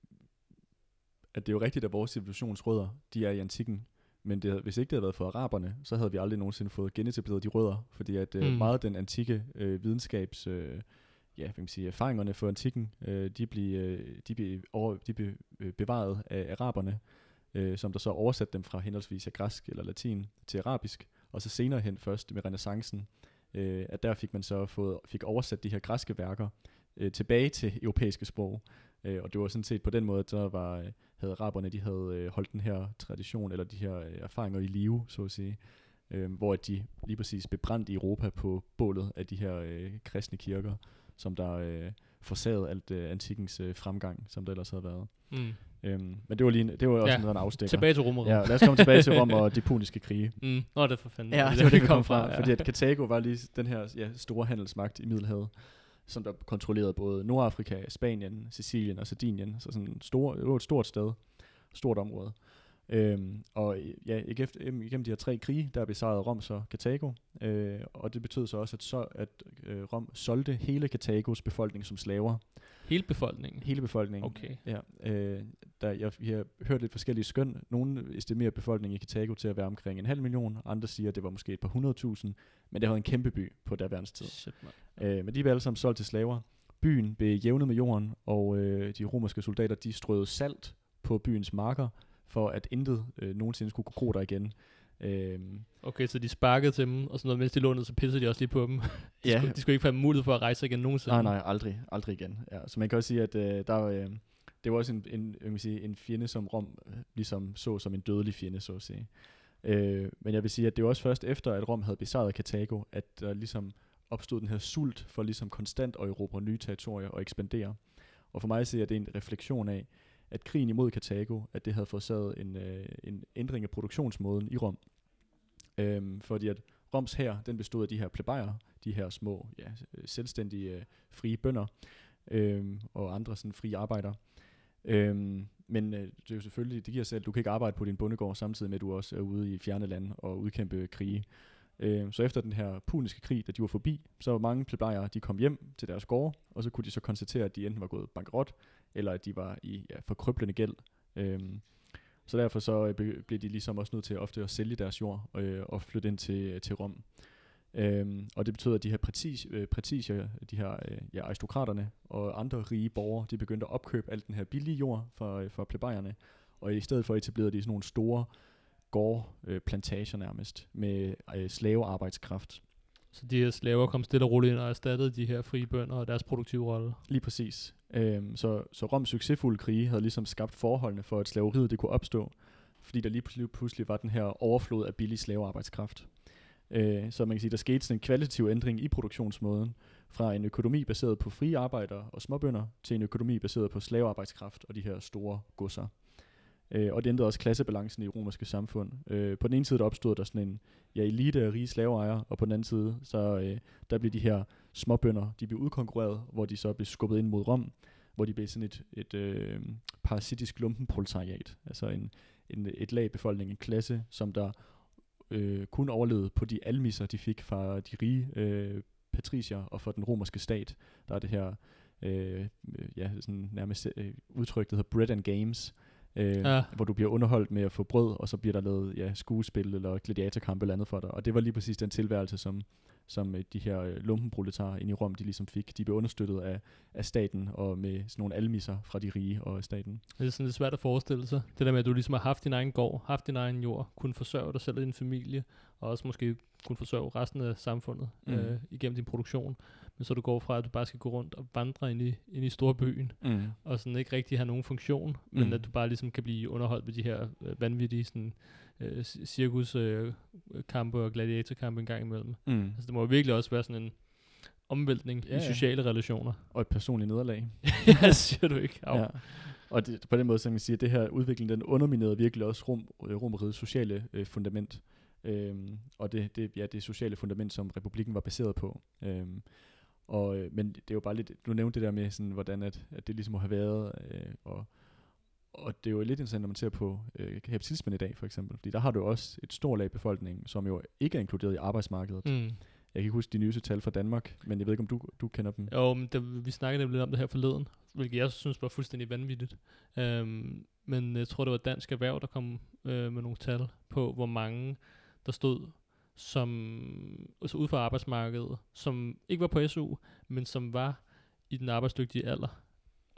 at det er jo rigtigt, at vores civilisationsrødder, de er i antikken, men det, hvis ikke det havde været for araberne, så havde vi aldrig nogensinde fået genetableret de rødder, fordi at mm. Mm. meget af den antikke øh, videnskabs, øh, ja, hvad kan man sige, erfaringerne for antikken, øh, de blev, øh, de blev, over, de blev øh, bevaret af araberne, øh, som der så oversatte dem fra henholdsvis af græsk eller latin til arabisk, og så senere hen først med renæssancen, øh, at der fik man så fået, fik oversat de her græske værker øh, tilbage til europæiske sprog. Øh, og det var sådan set på den måde, at der var, øh, havde araberne, de havde øh, holdt den her tradition, eller de her øh, erfaringer i live, så at sige, øh, hvor de lige præcis blev brændt i Europa på bålet af de her øh, kristne kirker, som der øh, forsagede alt øh, antikkens øh, fremgang, som der ellers havde været. Mm. Øhm, men det var lige det var også ja. en afstikker. Tilbage til Rom. Ja, lad os komme tilbage til Rom og de puniske krige. Mm. Nå, det er for fanden. Ja, det, det var det, vi kom fra. fra ja. Fordi at Karthago var lige den her ja, store handelsmagt i Middelhavet, som der kontrollerede både Nordafrika, Spanien, Sicilien og Sardinien. Så sådan stor, det var et stort sted, stort område. Øhm, og ja, igennem de her tre krige, der besejrede Rom så Karthago. Øh, og det betød så også, at, så, at øh, Rom solgte hele Karthagos befolkning som slaver. Hele befolkningen? Hele befolkningen. Okay. Ja, øh, der, jeg, jeg har hørt lidt forskellige skøn. Nogle estimerer befolkningen i Karthago til at være omkring en halv million. Andre siger, at det var måske et par hundredtusind. Men det var en kæmpe by på derværens tid. Shit, øh, men de var alle sammen solgt til slaver. Byen blev jævnet med jorden, og øh, de romerske soldater, de strøede salt på byens marker, for at intet øh, nogensinde skulle kunne gro der igen. Øhm. Okay, så de sparkede til dem, og sådan noget, mens de lå ned, så pissede de også lige på dem. de, ja. skulle, de skulle ikke få mulighed for at rejse igen nogensinde. Nej, nej, aldrig, aldrig igen. Ja, så man kan også sige, at øh, der øh, det var også en, en, jeg vil sige, en fjende, som Rom øh, ligesom så som en dødelig fjende, så at sige. Øh, men jeg vil sige, at det var også først efter, at Rom havde besejret Karthago, at der ligesom opstod den her sult for ligesom konstant at erobre nye territorier og ekspandere. Og for mig ser jeg, at det er en refleksion af, at krigen imod Karthago, at det havde forårsaget en, øh, en ændring af produktionsmåden i Rom. Øhm, fordi at Roms hær, den bestod af de her plebejer, de her små, ja, selvstændige, øh, frie bønder, øhm, og andre sådan frie arbejdere. Øhm, men øh, det er jo selvfølgelig, det giver sig selv, du kan ikke arbejde på din bondegård, samtidig med at du også er ude i fjerne lande og udkæmpe krige. Øhm, så efter den her puniske krig, da de var forbi, så var mange plebejere, de kom hjem til deres gårde, og så kunne de så konstatere, at de enten var gået bankerot, eller at de var i ja, forkrøblende gæld. Øhm, så derfor så øh, be- blev de ligesom også nødt til ofte at sælge deres jord øh, og flytte ind til, til Rom. Øhm, og det betød, at de her prætis, øh, prætisier, de her øh, ja, aristokraterne og andre rige borgere, de begyndte at opkøbe alt den her billige jord for, øh, for plebejerne, og i stedet for etablerede de sådan nogle store gårdplantager øh, nærmest med øh, slavearbejdskraft. Så de her slaver kom stille og roligt ind og erstattede de her frie bønder og deres produktive rolle. Lige præcis. Øhm, så, så Roms succesfulde krige havde ligesom skabt forholdene for, at slaveriet det kunne opstå, fordi der lige pludselig, pludselig var den her overflod af billig slavearbejdskraft. Øh, så man kan sige, der skete sådan en kvalitativ ændring i produktionsmåden, fra en økonomi baseret på frie arbejdere og småbønder, til en økonomi baseret på slavearbejdskraft og de her store godser. Øh, og det ændrede også klassebalancen i det romerske samfund. Øh, på den ene side der opstod der sådan en ja, elite af rige slaveejere, og på den anden side, så øh, der blev de her småbønder, de blev udkonkurreret, hvor de så blev skubbet ind mod Rom, hvor de blev sådan et, et øh, parasitisk lumpenproletariat, altså en, en, et lag befolkning, en klasse, som der øh, kun overlevede på de almisser, de fik fra de rige øh, patricier og fra den romerske stat. Der er det her øh, ja, sådan nærmest øh, udtryk, der hedder bread and games, Øh, ja. hvor du bliver underholdt med at få brød, og så bliver der lavet ja, skuespil eller gladiatorkamp eller andet for dig. Og det var lige præcis den tilværelse, som, som de her øh, lumpenproletarer inde i Rom, de ligesom fik. De blev understøttet af, af staten og med sådan nogle almisser fra de rige og staten. Det er sådan lidt svært at forestille sig. Det der med, at du ligesom har haft din egen gård, haft din egen jord, kunne forsørge dig selv og din familie, og også måske kunne forsørge resten af samfundet mm. øh, igennem din produktion. Men så du går fra, at du bare skal gå rundt og vandre ind i, ind i storbyen, mm. og sådan ikke rigtig have nogen funktion, men mm. at du bare ligesom kan blive underholdt med de her øh, vanvittige sådan, øh, cirkuskampe øh, og gladiatorkampe en gang imellem. Mm. Altså det må virkelig også være sådan en omvæltning ja, i sociale ja. relationer. Og et personligt nederlag. Ja, siger du ikke. Ja. Og det, på den måde, så kan man sige, at det her udvikling, den underminerede virkelig også Rom, Romerrigets sociale øh, fundament. Øhm, og det, det, ja, det sociale fundament, som republikken var baseret på. Øhm, og, øh, men det er jo bare lidt, du nævnte det der med, sådan, hvordan at, at det ligesom må have været, øh, og, og det er jo lidt interessant, når man ser på øh, kapitalismen i dag, for eksempel. Fordi der har du også et stort lag af befolkningen, som jo ikke er inkluderet i arbejdsmarkedet. Mm. Jeg kan ikke huske de nyeste tal fra Danmark, men jeg ved ikke, om du, du kender dem. Jo, men det, vi snakkede lidt om det her forleden, hvilket jeg synes var fuldstændig vanvittigt. Øhm, men jeg tror, det var Dansk Erhverv, der kom øh, med nogle tal på, hvor mange der stod som altså ude for arbejdsmarkedet, som ikke var på S U, men som var i den arbejdsdygtige alder,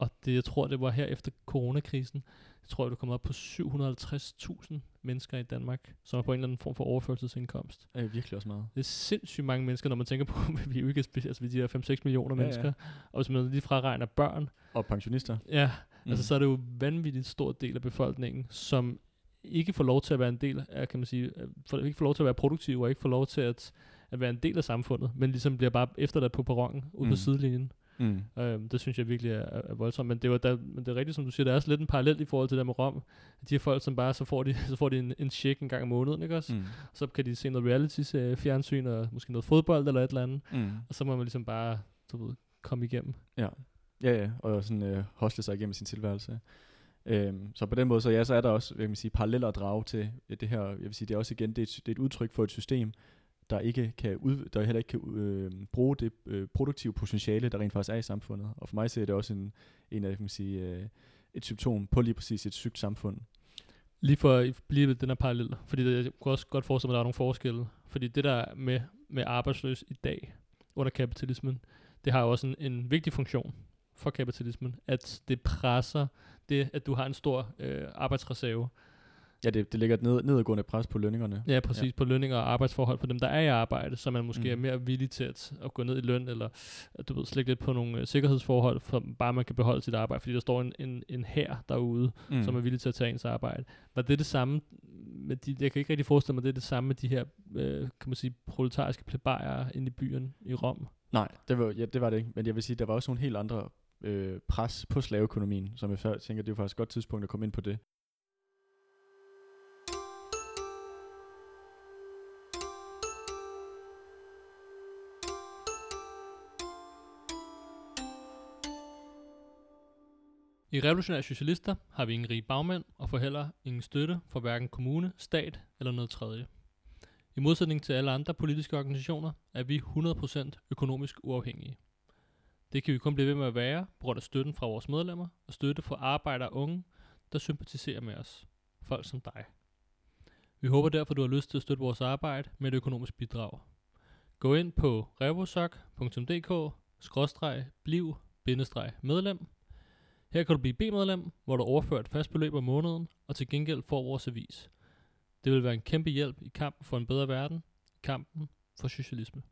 og det, jeg tror, det var her efter coronakrisen, jeg tror, det kom op på syv hundrede og halvtreds tusind mennesker i Danmark, som er på en eller anden form for overførselsindkomst. Det er virkelig også meget. Det er sindssygt mange mennesker, når man tænker på, at vi er jo ikke altså, vi er de her fem seks millioner Ja, mennesker, ja. og hvis man lige fraregner børn, Og pensionister. ja, Mm. altså så er det jo en vanvittigt stor del af befolkningen, som ikke får lov til at være en del af, kan man sige, for, ikke får lov til at være produktiv, og ikke får lov til at, at være en del af samfundet, men ligesom bliver bare efterladt på perronen, ude Mm. på sidelinjen. Mm. Øhm, det synes jeg virkelig er, er, er voldsomt, men det, var der, men det er rigtigt, som du siger, der er også lidt en parallel i forhold til det med Rom. De her folk, som bare, så får de, så får de en, en check en gang om måneden, ikke også? Mm. Så kan de se noget reality-fjernsyn, og måske noget fodbold eller et eller andet, Mm. og så må man ligesom bare, du ved, komme igennem. Ja, ja, ja, og sådan øh, hostle sig igennem sin tilværelse. Øhm, så på den måde, så ja, så er der også, hvad kan man sige, paralleller at drage til det her. Jeg vil sige, det er også igen, det er et, det er et udtryk for et system, der ikke kan ud, der heller ikke kan øh, bruge det øh, produktive potentiale, der rent faktisk er i samfundet. Og for mig så er det også en, en af, kan man sige, øh, et symptom på lige præcis et sygt samfund. Lige for at blive ved den her parallel, fordi det, jeg kunne også godt forestille mig, at der er nogle forskelle. Fordi det der med, med arbejdsløs i dag, under kapitalismen, det har jo også en, en vigtig funktion for kapitalismen, at det presser det, at du har en stor øh, arbejdsreserve. Ja, det, det lægger et ned, nedadgående pres på lønningerne. Ja, præcis, ja. På lønninger og arbejdsforhold for dem, der er i arbejde, så man måske mm. er mere villig til at, at gå ned i løn, eller du ved, slække lidt på nogle uh, sikkerhedsforhold, for bare man kan beholde sit arbejde, fordi der står en, en, en hær derude, mm. som er villig til at tage ens arbejde. Var det det samme med de, jeg kan ikke rigtig forestille mig, det er det samme med de her, øh, kan man sige, proletariske plebejere inde i byen i Rom? Nej, det var, ja, det var det ikke, men jeg vil sige, der var også nogle helt andre øh, pres på slaveøkonomien, som jeg før tænker, det er faktisk et godt tidspunkt at komme ind på det. I Revolutionære Socialister har vi ingen rige bagmænd og får heller ingen støtte fra hverken kommune, stat eller noget tredje. I modsætning til alle andre politiske organisationer er vi hundrede procent økonomisk uafhængige. Det kan vi kun blive ved med at være på grund af støtten fra vores medlemmer og støtte fra arbejdere og unge, der sympatiserer med os. Folk som dig. Vi håber derfor, du har lyst til at støtte vores arbejde med et økonomisk bidrag. Gå ind på revosoc punktum d k skråstreg bliv bindestreg medlem. Her kan du blive B-medlem, hvor du overfører et fast beløb om måneden, og til gengæld får vores avis. Det vil være en kæmpe hjælp i kampen for en bedre verden, i kampen for socialisme.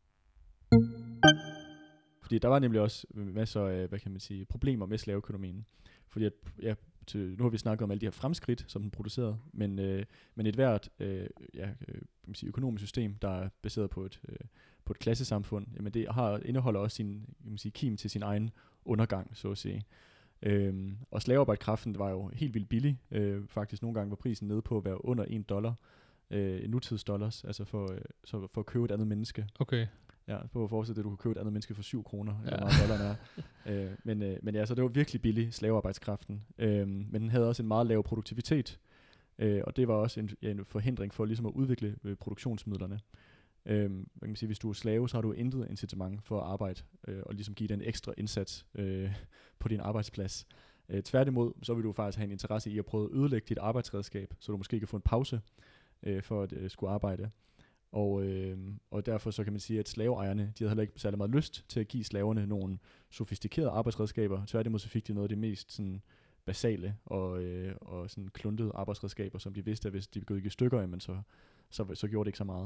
Fordi der var nemlig også masser af, hvad kan man sige, problemer med slaveøkonomien. Fordi at, ja, til, nu har vi snakket om alle de her fremskridt, som den producerede, men, øh, men et hvert øh, ja, øh, kan man sige, økonomisk system, der er baseret på et, øh, på et klassesamfund, jamen det har, indeholder også sin, kan man sige, kim til sin egen undergang, så at sige. Øhm, og slavearbejdskraften var jo helt vildt billig. Øh, faktisk nogle gange var prisen nede på at være under en dollar, øh, nutidsdollars, altså for, øh, så for at købe et andet menneske. Okay. Ja, på at forestille dig, at du kunne købe et andet menneske for syv kroner, ja. eller hvor meget dollaren er. øh, men, øh, men ja, så det var virkelig billig slavearbejdskraften. Øh, men den havde også en meget lav produktivitet, øh, og det var også en, ja, en forhindring for ligesom at udvikle øh, produktionsmidlerne. Øhm, man kan sige, hvis du er slave, så har du intet incitament for at arbejde øh, og ligesom give den ekstra indsats øh, på din arbejdsplads. Øh, tværtimod, så vil du faktisk have en interesse i at prøve at ødelægge dit arbejdsredskab, så du måske kan få en pause øh, for at øh, skulle arbejde. Og, øh, og derfor så kan man sige, at slaveejerne, de havde heller ikke særlig meget lyst til at give slaverne nogle sofistikerede arbejdsredskaber. Tværtimod så fik de noget af det mest sådan, basale og, øh, og sådan kluntede arbejdsredskaber, som de vidste, at hvis de gik i stykker, jamen så, så, så gjorde det ikke så meget.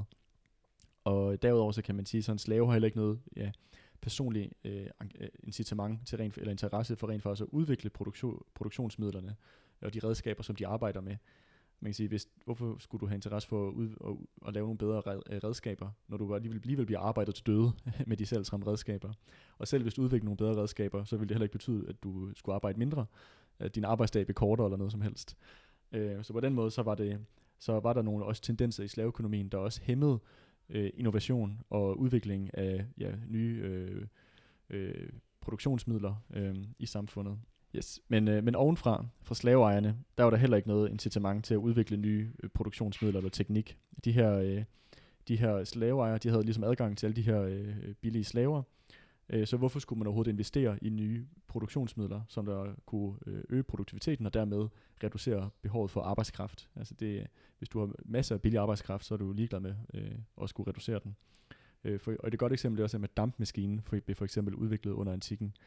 Og derudover så kan man sige, at en slave har heller ikke noget ja, personligt øh, incitament til rent, eller interesse for rent faktisk at udvikle produktion, produktionsmidlerne og de redskaber, som de arbejder med. Man kan sige, hvis, hvorfor skulle du have interesse for at, ud, at, at lave nogle bedre redskaber, når du alligevel, alligevel bliver arbejdet til døde med de selv samme redskaber. Og selv hvis du udvikler nogle bedre redskaber, så vil det heller ikke betyde, at du skulle arbejde mindre, at din arbejdsdag bliver kortere eller noget som helst. Øh, så på den måde, så var, det, så var der nogle også tendenser i slaveøkonomien, der også hæmmede øh, innovation og udvikling af ja, nye øh, øh, produktionsmidler øh, i samfundet. Yes. Men, øh, men ovenfra, fra slaveejerne, der var der heller ikke noget incitament til at udvikle nye øh, produktionsmidler eller teknik. De her, øh, de her slaveejere, de havde ligesom adgang til alle de her øh, billige slaver. Øh, så hvorfor skulle man overhovedet investere i nye produktionsmidler, som der kunne øh, øge produktiviteten og dermed reducere behovet for arbejdskraft? Altså det, hvis du har masser af billig arbejdskraft, så er du ligeglad med øh, at skulle reducere den. Øh, for, og et godt eksempel er også med dampmaskinen, for, blev for eksempel udviklet under antikken.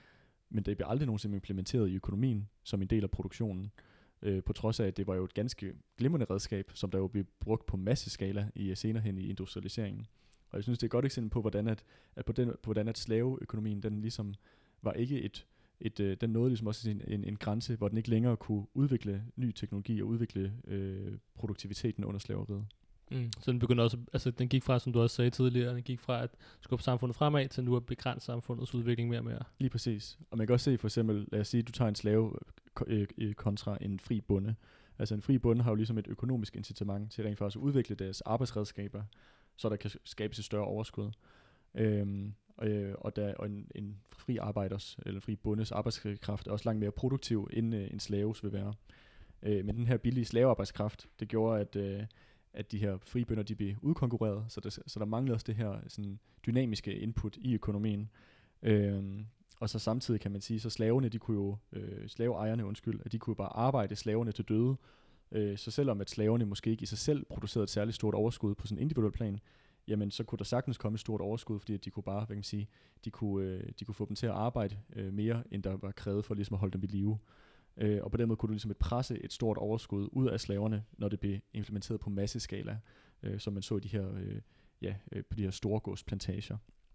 men det bliver aldrig nogensinde implementeret i økonomien som en del af produktionen, øh, på trods af, at det var jo et ganske glimrende redskab, som der jo blev brugt på masseskala i senere hen i industrialiseringen. Og jeg synes, det er et godt eksempel på, hvordan at, at, på den, på, hvordan at slaveøkonomien, den ligesom var ikke et, et øh, den nåede ligesom også en, en, en grænse, hvor den ikke længere kunne udvikle ny teknologi og udvikle øh, produktiviteten under slaveriet. Mm. Så den begynder også, altså den gik fra, som du også sagde tidligere, den gik fra at skubbe samfundet fremad til nu at begrænse samfundets udvikling mere og mere. Lige præcis. Og man kan også se for eksempel, lad os sige, at du tager en slave øh, øh, kontra en fri bonde. Altså en fri bonde har jo ligesom et økonomisk incitament til rent faktisk at udvikle deres arbejdsredskaber, så der kan skabes et større overskud. Øhm, og, og, der, og en, en fri arbejders, eller en fri bondes arbejdskraft er også langt mere produktiv, end øh, en slaves vil være. Øh, men den her billige slavearbejdskraft, det gjorde, at, øh, at de her fri bønder, de blev udkonkurreret, så der, så der manglede også det her sådan, dynamiske input i økonomien. Øhm, og så samtidig kan man sige, så slaverne, de kunne jo, øh, slaveejerne, undskyld, at de kunne bare arbejde slaverne til døde. Øh, så selvom at slaverne måske ikke i sig selv producerede et særligt stort overskud på sådan en individuel plan, jamen så kunne der sagtens komme et stort overskud, fordi at de kunne bare, hvad kan man sige, de kunne, øh, de kunne få dem til at arbejde øh, mere, end der var krævet for ligesom at holde dem i live. Øh, og på den måde kunne du ligesom et presse et stort overskud ud af slaverne, når det blev implementeret på masseskala, øh, som man så i de her, øh, ja, øh, på de her store gårdsplantager.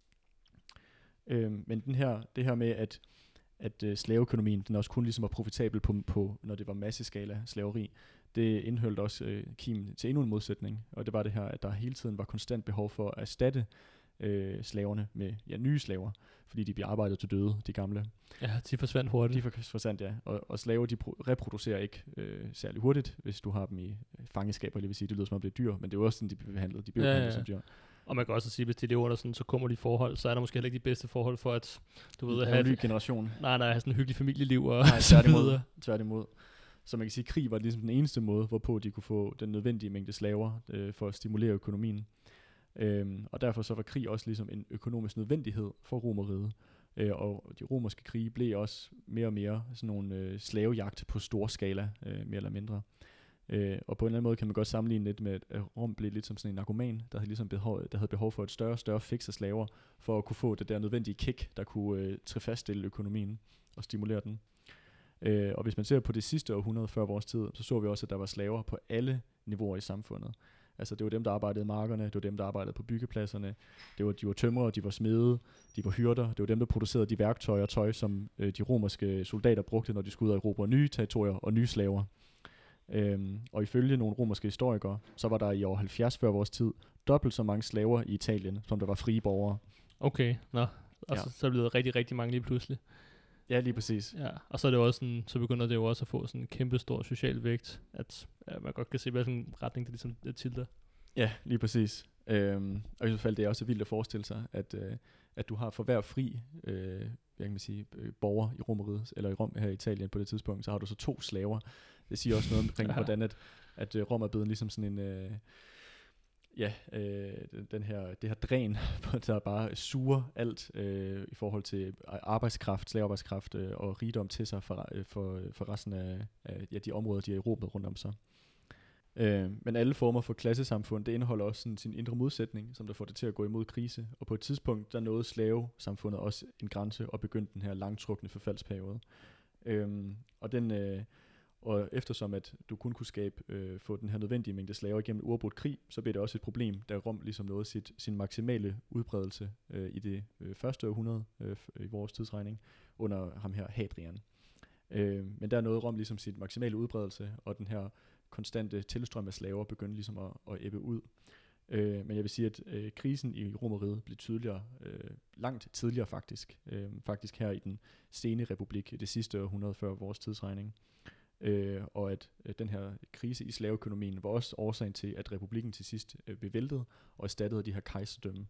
Øh, men den her, det her med, at, at øh, slaveøkonomien, den også kun ligesom var profitabel på, på, når det var masseskala slaveri, det indeholdt også øh, kimen til endnu en modsætning, og det var det her, at der hele tiden var konstant behov for at erstatte øh, slaverne med ja, nye slaver, fordi de bliver arbejdet til døde, de gamle. Ja, de forsvandt hurtigt. De forsvandt, ja. Og, og slaver, de pro- reproducerer ikke øh, særlig hurtigt, hvis du har dem i fangeskaber, det vil sige, det lyder som om det er dyr, men det er jo også sådan, de bliver behandlet. De bliver ja, behandlet ja. som dyr. Og man kan også sige, hvis de lever under sådan, så kommer de forhold, så er der måske heller ikke de bedste forhold for at, du ved, at have en ny generation. Nej, nej, have sådan en hyggelig familieliv og nej, så videre. Tværtimod. Så man kan sige, at krig var ligesom den eneste måde, hvorpå de kunne få den nødvendige mængde slaver øh, for at stimulere økonomien. Øhm, og derfor så var krig også ligesom en økonomisk nødvendighed for Romeriet. Øh, og de romerske krige blev også mere og mere sådan nogle øh, slavejagt på stor skala, øh, mere eller mindre. Øh, og på en eller anden måde kan man godt sammenligne lidt med, at Rom blev lidt som sådan en narkoman, der havde, ligesom behov, der havde behov for et større og større fix af slaver, for at kunne få det der nødvendige kick, der kunne øh, tilfredsstille økonomien og stimulere den. Øh, og hvis man ser på det sidste århundrede før vores tid, så så vi også, at der var slaver på alle niveauer i samfundet. Altså det var dem, der arbejdede i markerne, det var dem, der arbejdede på byggepladserne, det var, de var tømrere, de var smede, de var hyrder, det var dem, der producerede de værktøjer og tøj, som øh, de romerske soldater brugte, når de skulle ud og erobre nye territorier og nye slaver. Øhm, og ifølge nogle romerske historikere, så var der i år halvfjerds før vores tid dobbelt så mange slaver i Italien, som der var frie borgere. Okay, nå. Og Ja. så, så er det blevet rigtig, rigtig mange lige pludselig. Ja, lige præcis. Ja, og så er det jo også sådan, så begynder det jo også at få sådan en kæmpe stor social vægt, at ja, man godt kan se, hvad sådan en retning det ligesom det tilter. Ja, lige præcis. Øhm, og i så fald det er også vildt at forestille sig, at, øh, at du har for hver fri øh, jeg kan sige, øh, borger i Romeriet, eller i Rom her i Italien på det tidspunkt, så har du så to slaver. Det siger også noget omkring, ja. hvordan at, at øh, Rom er blevet ligesom sådan en, øh, ja, øh, den her, det her dræn, der bare suger alt øh, i forhold til arbejdskraft, slavearbejdskraft øh, og rigdom til sig for, øh, for, for resten af, af ja, de områder, de har erobret rundt om sig. Øh, men alle former for klassesamfund, det indeholder også sådan sin indre modsætning, som der får det til at gå imod krise. Og på et tidspunkt, der nåede slavesamfundet også en grænse og begyndte den her langtrukne forfaldsperiode. Øh, og den... Øh, Og eftersom at du kun kunne skabe, øh, få den her nødvendige mængde slaver igennem uafbrudt krig, så blev det også et problem, da Rom ligesom nåede sit, sin maksimale udbredelse øh, i det øh, første århundrede øh, i vores tidsregning, under ham her Hadrian. Øh, men der nåede Rom ligesom sit maksimale udbredelse, og den her konstante tilstrøm af slaver begyndte ligesom at, at ebbe ud. Øh, men jeg vil sige, at øh, krisen i Romeriet blev tydeligere, øh, langt tidligere faktisk, øh, faktisk her i den sene republik, i det sidste århundrede før vores tidsregning. Øh, og at øh, den her krise i slaveøkonomien var også årsagen til, at republikken til sidst øh, blev væltet og erstattede af de her kejserdømme.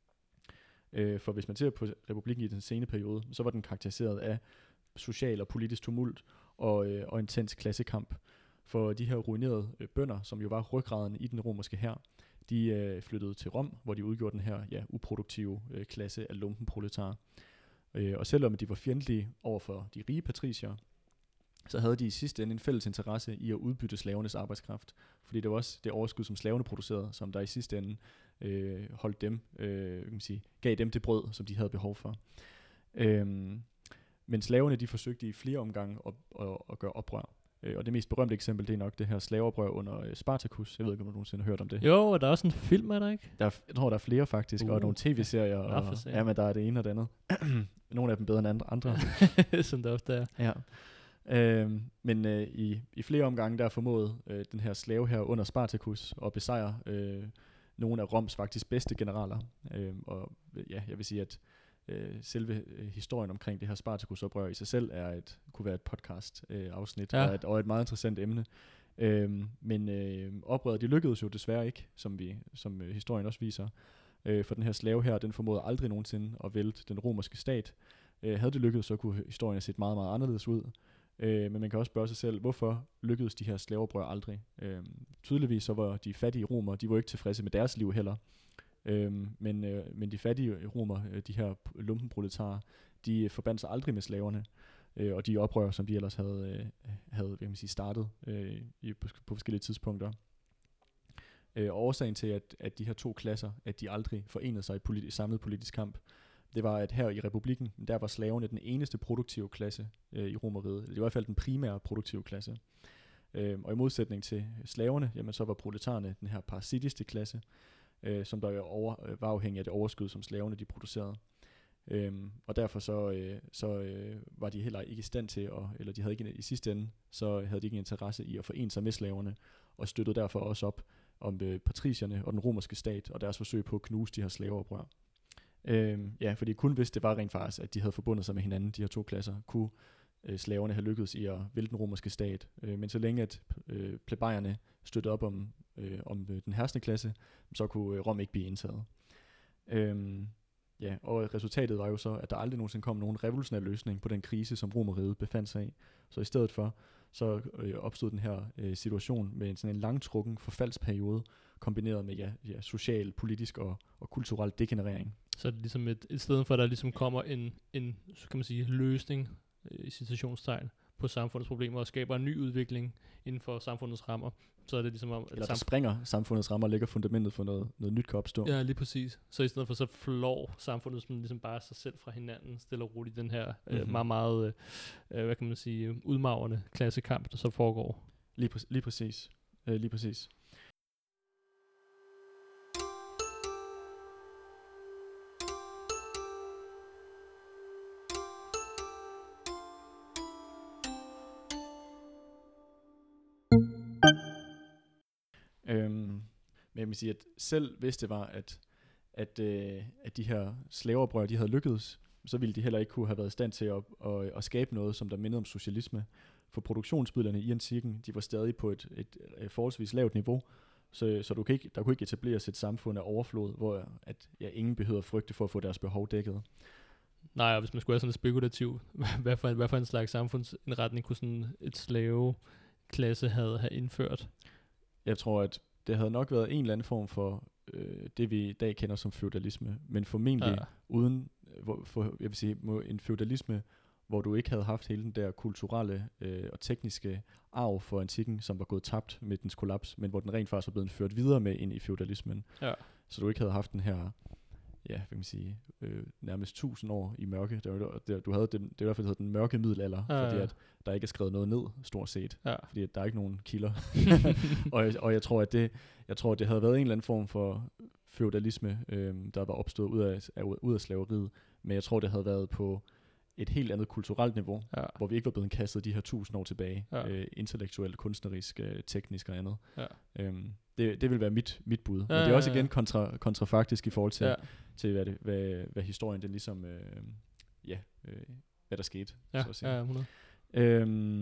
Øh, for hvis man ser på republikken i den sene periode, så var den karakteriseret af social og politisk tumult og, øh, og intens klassekamp. For de her ruinerede øh, bønder, som jo var ryggraden i den romerske hær, de øh, flyttede til Rom, hvor de udgjorde den her ja, uproduktive øh, klasse af lumpenproletarer. Øh, og selvom de var fjendtlige over for de rige patricier, så havde de i sidste ende en fælles interesse i at udbytte slavernes arbejdskraft. Fordi det var også det overskud, som slaverne producerede, som der i sidste ende øh, holdt dem, øh, kan man sige, gav dem det brød, som de havde behov for. Øhm, men slaverne, de forsøgte i flere omgange at, at, at gøre oprør. Øh, og det mest berømte eksempel, det er nok det her slaveoprør under øh, Spartacus. Jeg ved ikke, om du nogensinde har hørt om det. Jo, og der er også en film, er der ikke? Der er, jeg tror, der er flere faktisk, uh, og nogle tv-serier. Og, ja, men der er det ene og det andet. Nogle af dem bedre end andre. Som det ofte er. Ja. Øh, men øh, i, i flere omgange, der formåede øh, den her slave her under Spartacus at besejre øh, nogle af Roms faktisk bedste generaler. Øh, og ja, jeg vil sige, at øh, selve øh, historien omkring det her Spartacus-oprør i sig selv er et, kunne være et podcast-afsnit, øh, ja. og, et, og et meget interessant emne. Øh, men øh, oprøret, det lykkedes jo desværre ikke, som, vi, som øh, historien også viser. Øh, for den her slave her, den formåede aldrig nogensinde at vælte den romerske stat. Øh, havde det lykkedes, så kunne historien have set meget, meget anderledes ud. Øh, men man kan også spørge sig selv, hvorfor lykkedes de her slaveoprør aldrig? Øh, tydeligvis så var de fattige romere, de var ikke tilfredse med deres liv heller. Øh, men, øh, men de fattige romere, de her lumpenproletarer, de forbandt sig aldrig med slaverne. Øh, og de oprør, som de ellers havde, øh, havde hvad kan man sige, startet øh, i, på, på forskellige tidspunkter. Øh, og årsagen til, at, at de her to klasser, at de aldrig forenede sig i, politi- i samlet politisk kamp, det var, at her i republikken, der var slaverne den eneste produktive klasse øh, i Romeriet. Det var i hvert fald den primære produktive klasse. Øh, og i modsætning til slaverne, jamen, så var proletarerne den her parasitiske klasse, øh, som der over, øh, var afhængig af det overskud, som slaverne de producerede. Øh, og derfor så, øh, så øh, var de heller ikke i stand til, at, eller de havde ikke i sidste ende, så havde de ikke interesse i at forene sig med slaverne, og støttede derfor også op om øh, patricierne og den romerske stat, og deres forsøg på at knuse de her slaveoprør. Øhm, ja, fordi kun hvis det var rent faktisk, at de havde forbundet sig med hinanden, de her to klasser, kunne øh, slaverne have lykkedes i at vælte den romerske stat. Øh, men så længe at øh, plebejerne støttede op om, øh, om øh, den herskende klasse, så kunne øh, Rom ikke blive indtaget. Øhm, ja, og resultatet var jo så, at der aldrig nogensinde kom nogen revolutionær løsning på den krise, som Romeriet befandt sig i. Så i stedet for, så øh, opstod den her øh, situation med en sådan en langtrukken forfaldsperiode, kombineret med ja, ja, social, politisk og, og kulturel degenerering. Så er det ligesom et, et sted for, at der ligesom kommer en, en så kan man sige, løsning øh, i situationstegn på samfundets problemer og skaber en ny udvikling inden for samfundets rammer. Så er det ligesom om... Eller der samf- springer samfundets rammer og lægger fundamentet for noget, noget nyt kan opstå. Ja, lige præcis. Så i stedet for så flår samfundet som ligesom bare sig selv fra hinanden, stille og roligt den her mm-hmm. øh, meget, meget, øh, hvad kan man sige, udmagrende klassekamp, der så foregår. Lige, præ- lige præcis. Øh, lige præcis. Øhm, men jeg vil sige, at selv hvis det var, at, at, øh, at de her slaveoprør, de havde lykkedes, så ville de heller ikke kunne have været i stand til at, at, at skabe noget, som der mindede om socialisme. For produktionsmidlerne i antikken, de var stadig på et, et, et forholdsvis lavt niveau, så, så du kan ikke, der kunne ikke etableres et samfund af overflod, hvor at, ja, ingen behøver at frygte for at få deres behov dækket. Nej, og hvis man skulle være sådan spekulativ, hvad for en, hvad for en slags samfundsindretning kunne sådan et slaveklasse have, have indført? Jeg tror, at det havde nok været en eller anden form for øh, det, vi i dag kender som feudalisme, men formentlig ja. uden, hvor, for, jeg vil sige, en feudalisme, hvor du ikke havde haft hele den der kulturelle øh, og tekniske arv for antikken, som var gået tabt med dens kollaps, men hvor den rent faktisk var blevet ført videre med ind i feudalismen. Ja. Så du ikke havde haft den her, ja, hvad kan man sige, øh, nærmest tusind år i mørke. Det var, det, du havde den, det er i hvert fald hedder den mørke middelalder, ja, fordi at der ikke er skrevet noget ned, stort set. Ja. Fordi at der er ikke nogen kilder. og, jeg, og jeg tror, at det, jeg tror, at det havde været en eller anden form for feudalisme, øh, der var opstået ud af, af, ud af slaveriet. Men jeg tror, det havde været på et helt andet kulturelt niveau, ja. Hvor vi ikke var blevet kastet de her tusind år tilbage, ja. øh, intellektuelt, kunstnerisk, øh, teknisk og andet. Ja. Øhm, det, det vil være mit, mit bud. Ja, men det er også igen kontra, kontrafaktisk i forhold til, ja. til hvad, det, hvad, hvad historien den ligesom, øh, ja, øh, hvad der skete. Ja, så at sige. Ja, hundrede. Øhm,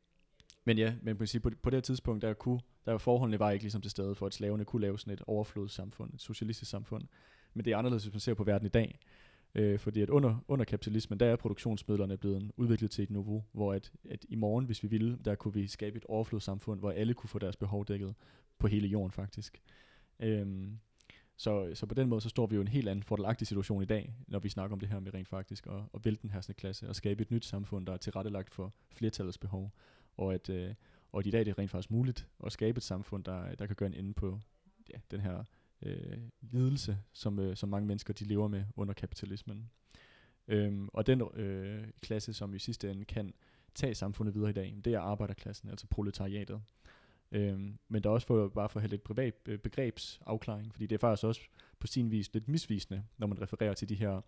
men ja, men på, på, på det her tidspunkt, der, kunne, der var forholdene var ikke ligesom til stede for, at slaverne kunne lave sådan et overflodssamfund, et socialistisk samfund. Men det er anderledes, hvis man ser på verden i dag. Øh, fordi at under, under kapitalismen, der er produktionsmidlerne blevet udviklet til et niveau, hvor at, at i morgen, hvis vi ville, der kunne vi skabe et overflodssamfund, hvor alle kunne få deres behov dækket på hele jorden faktisk. Øhm, så, så på den måde, så står vi jo i en helt anden fordelagtig situation i dag, når vi snakker om det her med rent faktisk at, at vælte den herskende klasse og skabe et nyt samfund, der er tilrettelagt for flertallets behov. Og at, øh, og at i dag det er rent faktisk muligt at skabe et samfund, der, der kan gøre en ende på ja, den her Øh, lidelse, som, øh, som mange mennesker de lever med under kapitalismen. Øhm, og den øh, klasse, som i sidste ende kan tage samfundet videre i dag, det er arbejderklassen, altså proletariatet. Øhm, men der er også for, bare for at have lidt privat øh, begrebsafklaring, fordi det er faktisk også på sin vis lidt misvisende, når man refererer til de her,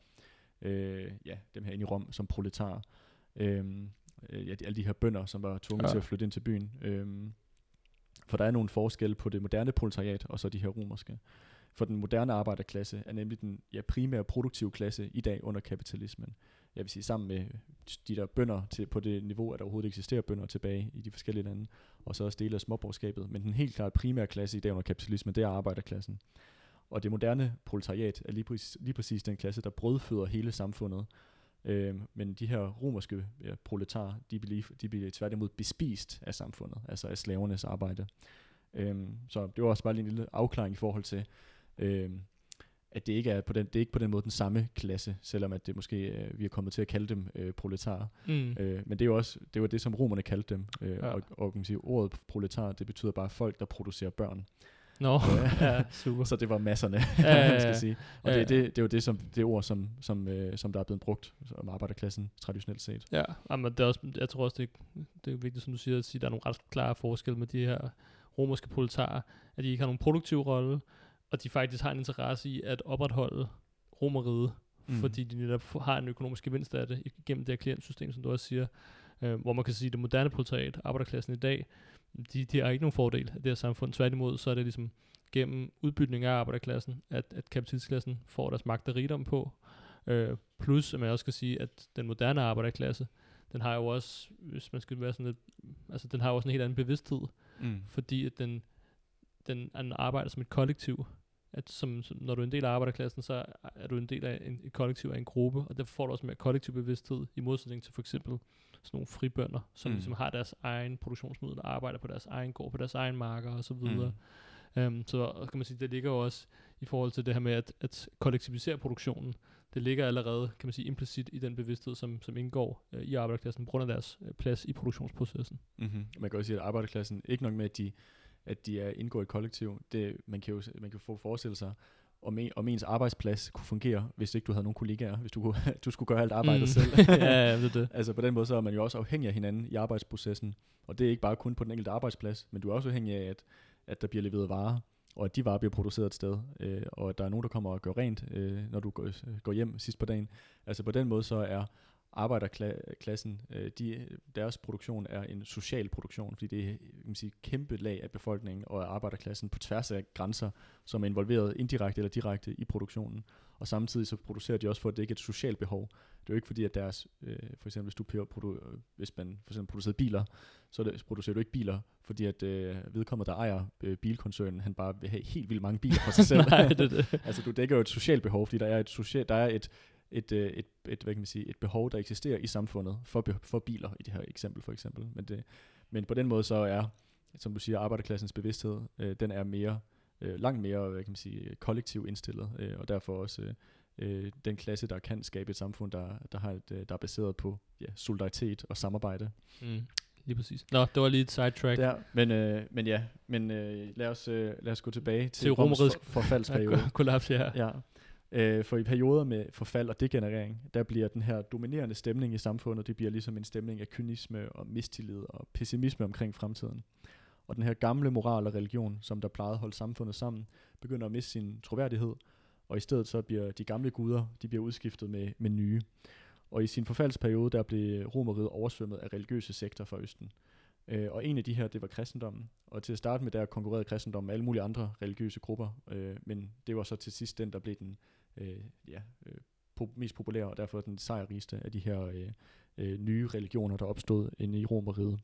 øh, ja, dem her inde i Rom som proletarer. Øhm, øh, ja, de, alle de her bønder, som var tvunget ja. til at flytte ind til byen. Øhm, for der er nogle forskelle på det moderne proletariat og så de her romerske. For den moderne arbejderklasse er nemlig den ja, primære produktive klasse i dag under kapitalismen. Jeg vil sige sammen med de der bønder til, på det niveau, at der overhovedet eksisterer bønder tilbage i de forskellige lande, og så også dele af småborgerskabet. Men den helt klart primære klasse i dag under kapitalismen, det er arbejderklassen. Og det moderne proletariat er lige præcis, lige præcis den klasse, der brødføder hele samfundet. Øhm, men de her romerske ja, proletarer, de bliver, de bliver tværtimod bespist af samfundet, altså af slavernes arbejde. Øhm, så det var også bare lige en lille afklaring i forhold til, øhm, at det ikke er på den, det er ikke på den måde den samme klasse, selvom at det måske øh, vi er kommet til at kalde dem øh, proletarer. Mm. Øh, men det er jo også det var det som romerne kaldte dem, øh, ja. og, og kan man sige, ordet proletar, det betyder bare folk der producerer børn. Nå, no. ja, super. Så det var masserne, ja, man skal sige. Og ja, det, det, det er jo det som det ord som som øh, som der er blevet brugt om arbejderklassen traditionelt set. Ja, men det er også, jeg tror også det, det er vigtigt som du siger at sige, der er nogle ret klare forskelle med de her romerske proletarer, at de ikke har nogen produktiv rolle, og de faktisk har en interesse i at opretholde Romeriet, mm. fordi de netop har en økonomisk gevinst af det gennem det her klientsystem, som du også siger, øh, hvor man kan sige, at det moderne proletariat, arbejderklassen i dag, de, de har ikke nogen fordel af det her samfund. Tværtimod, så er det ligesom gennem udbytning af arbejderklassen, at, at kapitalistklassen får deres magt og rigdom på. Øh, plus, at man også kan sige, at den moderne arbejderklasse, den har jo også, hvis man skal være sådan lidt, altså den har jo også en helt anden bevidsthed, mm. fordi at den, den, den arbejder som et kollektiv. At som, som, når du er en del af arbejderklassen, så er du en del af en, et kollektiv af en gruppe, og derfor får du også mere kollektiv bevidsthed, i modsætning til for eksempel sådan nogle fribønder, som mm. ligesom har deres egen produktionsmidler, arbejder på deres egen gård, på deres egen marker og så videre. Mm. Um, så kan man sige, det ligger jo også i forhold til det her med at, at kollektivisere produktionen. Det ligger allerede, kan man sige, implicit i den bevidsthed, som, som indgår uh, i arbejderklassen, på grund af deres uh, plads i produktionsprocessen. Mm-hmm. Man kan også sige, at arbejderklassen, ikke nok med, at de at de er indgået i et kollektiv, det, man kan jo man kan få forestille sig, om, en, om ens arbejdsplads kunne fungere, hvis ikke du havde nogen kollegaer, hvis du, kunne, du skulle gøre alt arbejdet mm. selv. ja, ja, det er det. Altså på den måde, så er man jo også afhængig af hinanden i arbejdsprocessen, og det er ikke bare kun på den enkelte arbejdsplads, men du er også afhængig af, at, at der bliver leveret varer, og at de varer bliver produceret et sted, øh, og at der er nogen, der kommer og gør rent, øh, når du går, går hjem sidst på dagen. Altså på den måde, så er arbejderklassen, øh, de, deres produktion er en social produktion, fordi det er kan man sige, kæmpe lag af befolkningen og af arbejderklassen på tværs af grænser, som er involveret indirekte eller direkte i produktionen. Og samtidig så producerer de også for, at det ikke er et socialt behov. Det er jo ikke fordi, at deres, øh, for eksempel hvis, du produ- hvis man for eksempel producerer biler, så det, producerer du ikke biler, fordi at øh, vedkommende, der ejer øh, bilkoncernen, han bare vil have helt vildt mange biler for sig selv. Nej, det, det. Altså du dækker jo et socialt behov, fordi der er et socialt, der er et Et, et, et, et, hvad kan man sige, et behov, der eksisterer i samfundet for, for biler, i det her eksempel for eksempel. Men, det, men på den måde så er, som du siger, arbejderklassens bevidsthed, øh, den er mere, øh, langt mere, hvad kan man sige, kollektiv indstillet, øh, og derfor også øh, den klasse, der kan skabe et samfund, der, der, har et, der er baseret på ja, solidaritet og samarbejde. Mm. Lige præcis. Nå, det var lige et sidetrack. Der, men, øh, men ja, men øh, lad, os, øh, lad os gå tilbage til, til Romerisk for, forfaldsperiode. Kollaps, ja. Ja. Øh, for i perioder med forfald og degenerering, der bliver den her dominerende stemning i samfundet, det bliver ligesom en stemning af kynisme og mistillid og pessimisme omkring fremtiden. Og den her gamle moral og religion, som der plejede at holde samfundet sammen, begynder at miste sin troværdighed, og i stedet så bliver de gamle guder, de bliver udskiftet med, med nye. Og i sin forfaldsperiode, der blev Romeriet oversvømmet af religiøse sekter fra Østen. Øh, og en af de her, det var kristendommen. Og til at starte med, der konkurrerede kristendommen med alle mulige andre religiøse grupper, øh, men det var så til sidst den, der blev den Øh, ja, øh, po- mest populære og derfor den sejrrigeste af de her øh, øh, nye religioner, der opstod inde i Romeriet.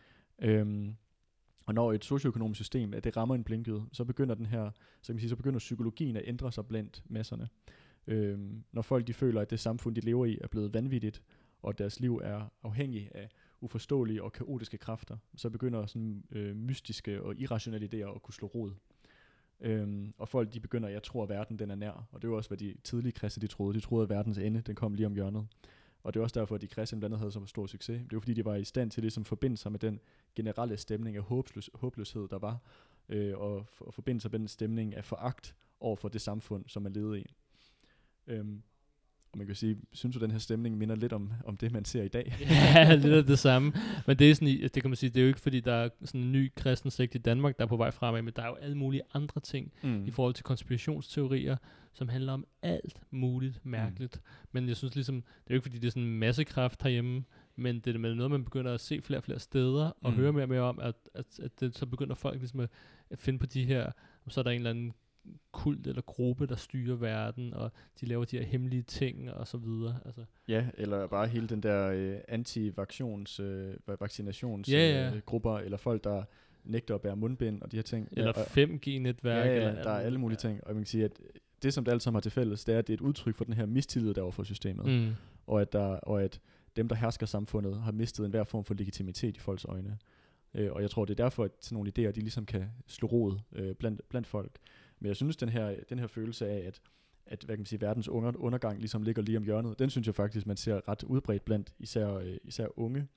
Øhm, og når et socioøkonomisk system, at det rammer en blinkede, så begynder den her, så kan man sige, så begynder psykologien at ændre sig blandt masserne. Øhm, når folk de føler, at det samfund, de lever i, er blevet vanvittigt, og deres liv er afhængig af uforståelige og kaotiske kræfter, så begynder sådan øh, mystiske og irrationelle idéer at kunne slå rod. Øhm, og folk de begynder, jeg tror at verden den er nær, og det var også hvad de tidlige kristne de troede, de troede at verdens ende den kom lige om hjørnet, og det er også derfor at de kristne blandt andet havde så stor succes. Det var fordi de var i stand til ligesom at forbinde sig med den generelle stemning af håbløs, håbløshed der var, øh, og, f- og forbinde sig med den stemning af foragt over for det samfund som man levede i. Øhm, Og man kan sige, synes du, den her stemning minder lidt om, om det, man ser i dag? Ja, lidt af det samme. Men det er sådan, det kan man sige, det er jo ikke fordi, der er sådan en ny kristen sekt i Danmark, der er på vej fremad, men der er jo alle mulige andre ting mm. i forhold til konspirationsteorier, som handler om alt muligt mærkeligt. Mm. Men jeg synes ligesom, det er jo ikke fordi, det er sådan en masse kraft herhjemme, men det er noget, man begynder at se flere og flere steder, og mm. høre mere og mere om, at, at, at det, så begynder folk ligesom at, at finde på de her, så er der en eller anden kult eller gruppe, der styrer verden, og de laver de her hemmelige ting, og så videre. Altså. Ja, eller bare hele den der øh, anti-vaccinations, øh, vaccinations ja, ja. Øh, grupper, eller folk, der nægter at bære mundbind, og de her ting. Eller ja, fem G-netværk. Ja, ja, eller der er alle mulige ja. ting, og man kan sige, at det, som det alt sammen har til fælles, det er, at det er et udtryk for den her mistillid, der er for systemet, mm. og, at der, og at dem, der hersker samfundet, har mistet enhver form for legitimitet i folks øjne. Øh, og jeg tror, det er derfor, at sådan nogle idéer, de ligesom kan slå rod øh, blandt, blandt folk. Men jeg synes, den her, den her følelse af, at, at hvad kan man sige, verdens under, undergang ligesom ligger lige om hjørnet, den synes jeg faktisk, man ser ret udbredt blandt især, øh, især unge.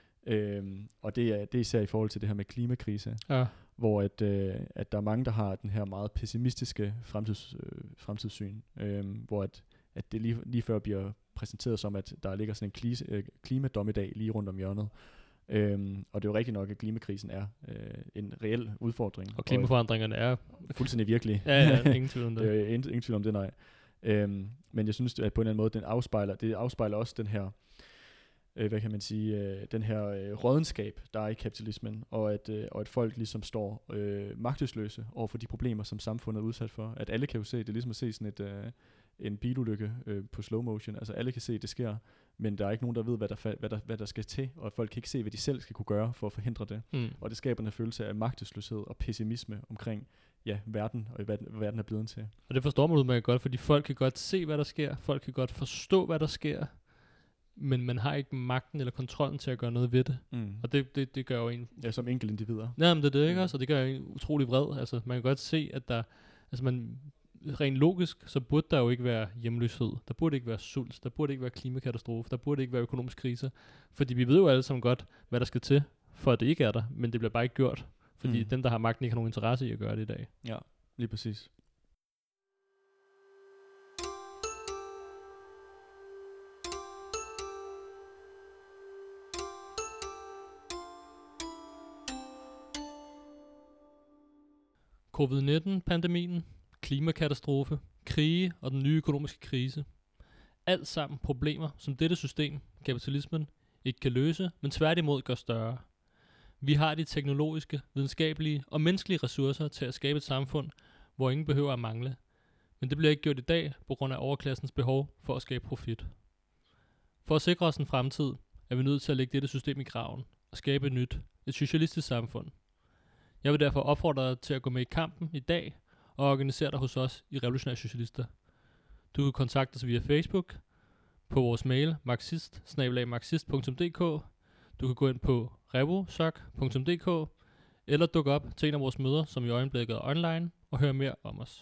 Øhm, og det er, det er især i forhold til det her med klimakrise, ja. hvor at, øh, at der er mange, der har den her meget pessimistiske fremtids, øh, fremtidssyn, øh, hvor at, at det lige, lige før bliver præsenteret som, at der ligger sådan en klise, øh, klimadommedag lige rundt om hjørnet. Øhm, og det er jo rigtigt nok, at klimakrisen er øh, en reel udfordring. Og klimaforandringerne er fuldstændig virkelige. ja, ja, ingen tvivl om det. det er ingen, ingen tvivl om det, nej. Øhm, men jeg synes, at på en eller anden måde, den afspejler, det afspejler også den her, øh, hvad kan man sige, øh, den her øh, rådenskab, der er i kapitalismen, og at, øh, og at folk ligesom står øh, magtesløse over for de problemer, som samfundet er udsat for. At alle kan jo se, det er ligesom at se sådan et, øh, en bilulykke øh, på slow motion. Altså alle kan se, at det sker, men der er ikke nogen, der ved, hvad der, fa- hvad, der, hvad der skal til, og folk kan ikke se, hvad de selv skal kunne gøre for at forhindre det. Mm. Og det skaber en følelse af magtesløshed og pessimisme omkring ja, verden, og hvad, hvad verden er blevet til. Og det forstår man udmærket godt, fordi folk kan godt se, hvad der sker, folk kan godt forstå, hvad der sker, men man har ikke magten eller kontrollen til at gøre noget ved det. Mm. Og det, det, det gør jo en... Ja, som enkelt individer. Nej, men det er det ikke mm. også, og det gør jo en utrolig vred. Altså, man kan godt se, at der... Altså, man... Rent logisk, så burde der jo ikke være hjemløshed. Der burde ikke være sult. Der burde ikke være klimakatastrofe. Der burde ikke være økonomisk krise. Fordi vi ved jo alle sammen godt, hvad der skal til, for at det ikke er der. Men det bliver bare ikke gjort. Fordi mm. dem, der har magten, ikke har nogen interesse i at gøre det i dag. Ja, lige præcis. covid nitten-pandemien, klimakatastrofe, krige og den nye økonomiske krise. Alt sammen problemer, som dette system, kapitalismen, ikke kan løse, men tværtimod gør større. Vi har de teknologiske, videnskabelige og menneskelige ressourcer til at skabe et samfund, hvor ingen behøver at mangle. Men det bliver ikke gjort i dag på grund af overklassens behov for at skabe profit. For at sikre os en fremtid, er vi nødt til at lægge dette system i graven og skabe et nyt, et socialistisk samfund. Jeg vil derfor opfordre dig til at gå med i kampen i dag og organisere dig hos os i Revolutionære Socialister. Du kan kontakte os via Facebook, på vores mail marxist bindestreg marxist punktum d k. Du kan gå ind på revosoc punktum d k eller dukke op til en af vores møder, som i øjeblikket er online, og høre mere om os.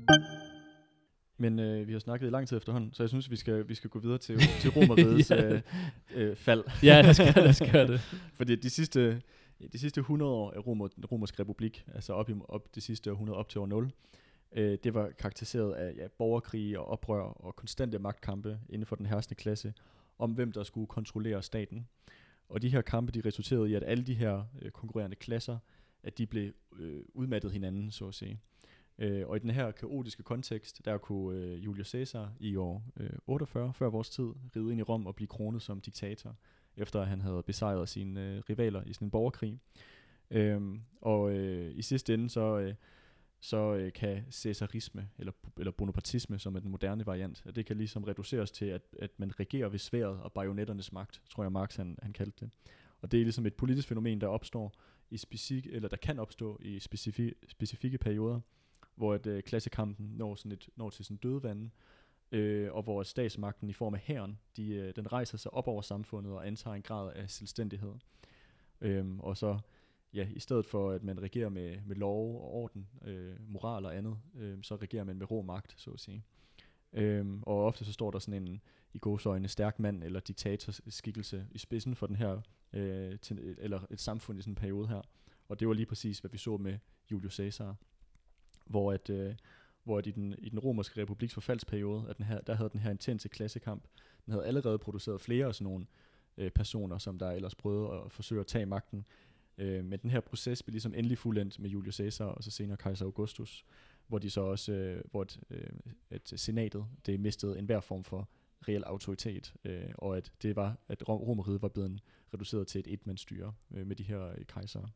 Men øh, vi har snakket i lang tid efterhånden, så jeg synes, vi skal, vi skal gå videre til, til Romerrigets ja. øh, øh, fald. Ja, det skal, det skal det. Fordi de sidste... De sidste hundrede år af Romer, den romerske republik, altså op, i, op det sidste århundrede op til år nul, øh, det var karakteriseret af ja, borgerkrige og oprør og konstante magtkampe inden for den herskende klasse, om hvem der skulle kontrollere staten. Og de her kampe, de resulterede i, at alle de her øh, konkurrerende klasser, at de blev øh, udmattet hinanden, så at sige. Øh, og i den her kaotiske kontekst, der kunne øh, Julius Caesar i år øh, otteogfyrre, før vores tid, ride ind i Rom og blive kronet som diktator, efter at han havde besejret sine øh, rivaler i sådan en borgerkrig. Øhm, og øh, i sidste ende, så, øh, så øh, kan caesarisme, eller, eller bonapartisme, som er den moderne variant, at det kan ligesom reduceres til, at, at man regerer ved sværet og bajonetternes magt, tror jeg Marx han, han kaldte det. Og det er ligesom et politisk fænomen, der opstår i specifik, eller der kan opstå i specifi, specifikke perioder, hvor et, øh, klassekampen når, sådan et, når til sådan dødvande, Øh, og hvor statsmagten i form af hæren, de, øh, den rejser sig op over samfundet og antager en grad af selvstændighed. Øhm, og så, ja, i stedet for at man regerer med, med lov og orden, øh, moral og andet, øh, så regerer man med rå magt, så at sige. Øhm, og ofte så står der sådan en, i gåseøjne, stærk mand eller diktatorskikkelse i spidsen for den her, øh, til, eller et samfund i sådan en periode her. Og det var lige præcis, hvad vi så med Julius Caesar, hvor at... Øh, hvor i den, i den romerske republiks forfaldsperiode, at den her, der havde den her intense klassekamp, den havde allerede produceret flere af sådan nogle øh, personer, som der ellers prøvede at forsøge at tage magten. Øh, men den her proces blev ligesom endelig fuldendt med Julius Caesar og så senere kejser Augustus, hvor de så også, øh, hvor et, øh, et senatet, det mistede enhver form for reel autoritet, øh, og at det var, at Romerriget var blevet reduceret til et etmandsstyre øh, med de her øh, kejsere.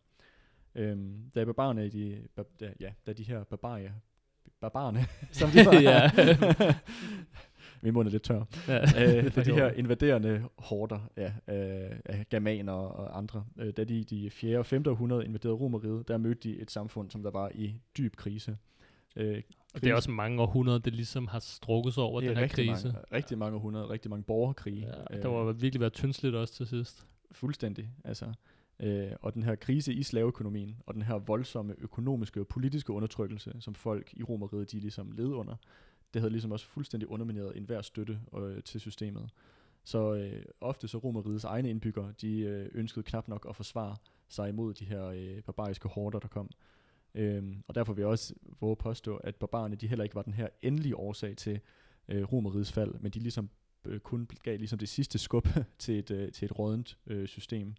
Øhm, da barbarerne, de, ba, da, ja, da de her barbarer, barbarerne, som de var, min mund er lidt tør, ja, øh, da de her invaderende horder ja, øh, af germaner og andre, øh, da de i fjerde og femte århundrede invaderede Romerriget, der mødte de et samfund, som der var i dyb krise. Øh, og det er også mange århundreder, det ligesom har strukket sig over den her rigtig krise. Mange, rigtig mange århundreder, rigtig mange borgerkrige. Ja, der var virkelig været tyndsligt også til sidst. Fuldstændig, altså. Øh, og den her krise i slaveøkonomien, og den her voldsomme økonomiske og politiske undertrykkelse, som folk i Romerriget, de ligesom led under, det havde ligesom også fuldstændig undermineret enhver støtte øh, til systemet. Så øh, ofte så Romerrigets egne indbyggere, de øh, ønskede knap nok at forsvare sig imod de her øh, barbariske horder, der kom. Øhm, og derfor vil jeg også våge påstå, at barbarerne, de heller ikke var den her endelige årsag til øh, Romerrigets fald, men de ligesom øh, kun gav ligesom det sidste skub til et, øh, til et rådent øh, system.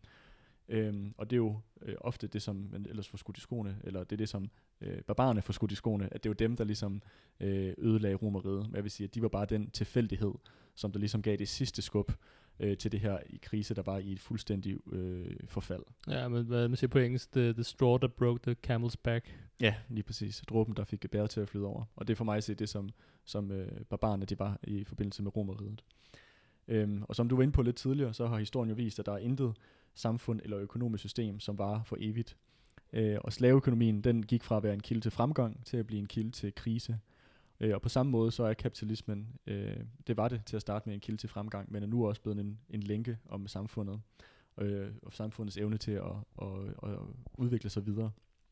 Øhm, og det er jo øh, ofte det, som man ellers får skudt i skoene, eller det er det, som øh, barbarerne får skudt i skoene, at det er jo dem, der ligesom øh, ødelagde Romerriget. Men jeg vil sige, at de var bare den tilfældighed, som der ligesom gav det sidste skub øh, til det her i krise, der var i et fuldstændig øh, forfald. Ja, men hvad man siger på engelsk, the, the straw that broke the camel's back. Ja, lige præcis. Dråben, der fik bæret til at flyde over. Og det er for mig at se det, som, som øh, barbarerne de var i forbindelse med Romerriget. Øhm, og som du var inde på lidt tidligere, så har historien jo vist, at der er intet samfund eller økonomisk system, som var for evigt. Øh, og slaveøkonomien, den gik fra at være en kilde til fremgang, til at blive en kilde til krise. Øh, og på samme måde, så er kapitalismen, øh, det var det til at starte med en kilde til fremgang, men er nu også blevet en, en lænke om samfundet, øh, og samfundets evne til at, at, at udvikle sig videre.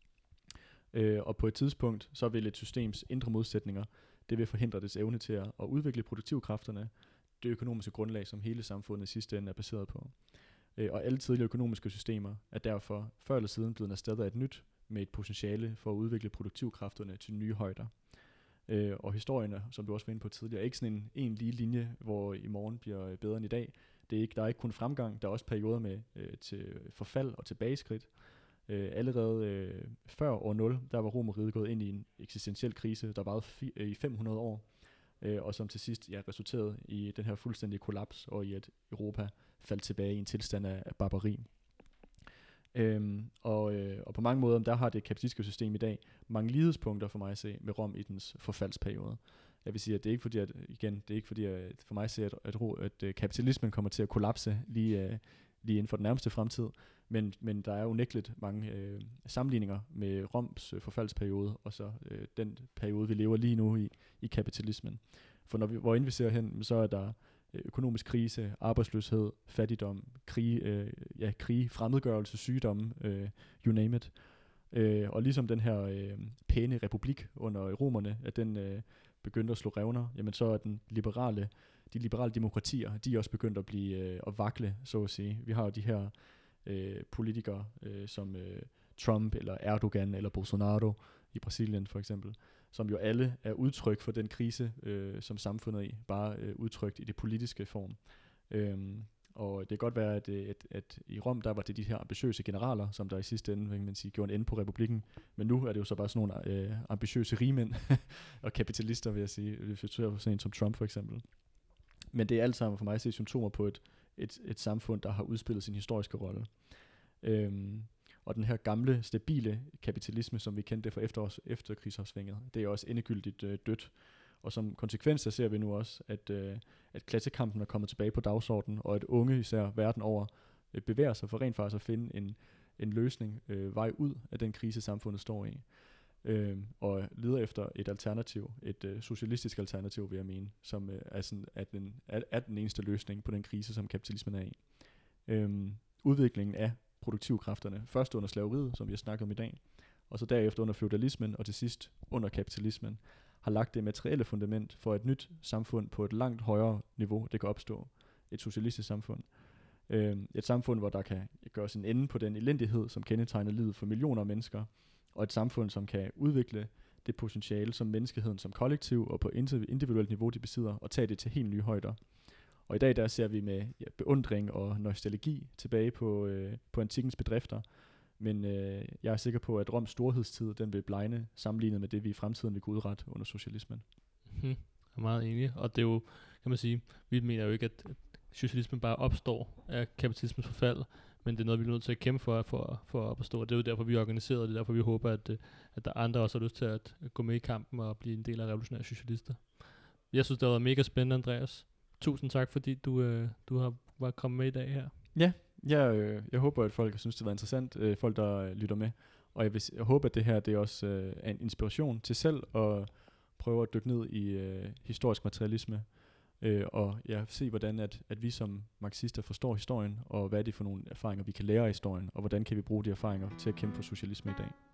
Øh, og på et tidspunkt, så vil et systems indre modsætninger, det vil forhindre dets evne til at, at udvikle produktivkræfterne, det økonomiske grundlag, som hele samfundet i sidste ende er baseret på. Øh, og alle tidligere økonomiske systemer er derfor før eller siden blevet erstattet af et nyt, med et potentiale for at udvikle produktivkræfterne til nye højder. Øh, og historierne, som du også var inde på tidligere, er ikke sådan en, en lige linje, hvor i morgen bliver bedre end i dag. Det er ikke, der er ikke kun fremgang, der er også perioder med øh, til forfald og tilbageskridt. Øh, allerede øh, før år nul, der var Romerriget gået ind i en eksistentiel krise, der varede fi- øh, i fem hundrede år, øh, og som til sidst ja, resulterede i den her fuldstændige kollaps, og i at Europa faldt tilbage i en tilstand af, af barbari. Øhm, og, øh, og på mange måder, der har det kapitalistiske system i dag mange lighedspunkter for mig at se med Rom i dens forfaldsperiode. Jeg vil sige, at det er ikke fordi, at, igen, det er ikke fordi, at for mig at se, at, at, at, at kapitalismen kommer til at kollapse lige, uh, lige inden for den nærmeste fremtid, men, men der er jo unægteligt mange øh, sammenligninger med Roms øh, forfaldsperiode, og så øh, den periode, vi lever lige nu i, i kapitalismen. For når vi, hvor ind vi ser hen, så er der økonomisk krise, arbejdsløshed, fattigdom, krig, øh, ja, krig, fremmedgørelse, sygdomme, øh, you name it. Øh, og ligesom den her øh, pæne republik under romerne, at den øh, begyndte at slå revner, jamen så er den liberale, de liberale demokratier, de er også begyndt at blive øh, at vakle, så at sige. Vi har jo de her øh, politikere øh, som øh, Trump eller Erdogan eller Bolsonaro i Brasilien for eksempel, som jo alle er udtryk for den krise, øh, som samfundet er i, bare øh, udtrykt i det politiske form. Øhm, og det kan godt være, at, at, at i Rom, der var det de her ambitiøse generaler, som der i sidste ende, kan man sige, gjorde en ende på republikken. Men nu er det jo så bare sådan nogle øh, ambitiøse rigmænd og kapitalister, vil jeg sige. Hvis vi ser på sådan en som Trump for eksempel. Men det er alt sammen for mig at se symptomer på et, et, et samfund, der har udspillet sin historiske rolle. Øhm, Og den her gamle, stabile kapitalisme, som vi kendte for efterårs, efterkrigsopsvinget, det er også endegyldigt øh, dødt. Og som konsekvens, der ser vi nu også, at, øh, at klassekampen er kommet tilbage på dagsordenen, og at unge især verden over øh, bevæger sig for rent faktisk at finde en, en løsning, øh, vej ud af den krise, samfundet står i. Øh, og leder efter et alternativ, et øh, socialistisk alternativ, vil jeg mene, som øh, er, sådan, er, den, er, er den eneste løsning på den krise, som kapitalismen er i. Øh, udviklingen af produktivkræfterne, først under slaveriet, som vi har snakket om i dag, og så derefter under feudalismen, og til sidst under kapitalismen, har lagt det materielle fundament for et nyt samfund på et langt højere niveau, det kan opstå. Et socialistisk samfund. Øh, et samfund, hvor der kan gøres en ende på den elendighed, som kendetegner livet for millioner af mennesker, og et samfund, som kan udvikle det potentiale, som menneskeheden som kollektiv og på individuelt niveau, de besidder, og tage det til helt nye højder. Og i dag der ser vi med ja, beundring og nostalgi tilbage på, øh, på antikkens bedrifter, men øh, jeg er sikker på, at Roms storhedstid, den vil blegne sammenlignet med det, vi i fremtiden vil kunne udrette under socialismen. Hmm, jeg er meget enig, og det er jo, kan man sige, vi mener jo ikke, at socialismen bare opstår af kapitalismens forfald, men det er noget, vi er nødt til at kæmpe for, for, for at opstå. Det er jo derfor, vi er organiseret, og det er derfor, vi håber, at, at der andre også har lyst til at gå med i kampen og blive en del af revolutionære socialister. Jeg synes, det har været mega spændende, Andreas. Tusind tak, fordi du, øh, du har var kommet med i dag her. Ja, jeg, øh, jeg håber, at folk synes, det var interessant, øh, folk, der øh, lytter med. Og jeg, vil, jeg håber, at det her det også øh, er en inspiration til selv at prøve at dykke ned i øh, historisk materialisme. Øh, og ja, se, hvordan at, at vi som marxister forstår historien, og hvad er det for nogle erfaringer, vi kan lære af historien, og hvordan kan vi bruge de erfaringer til at kæmpe for socialisme i dag.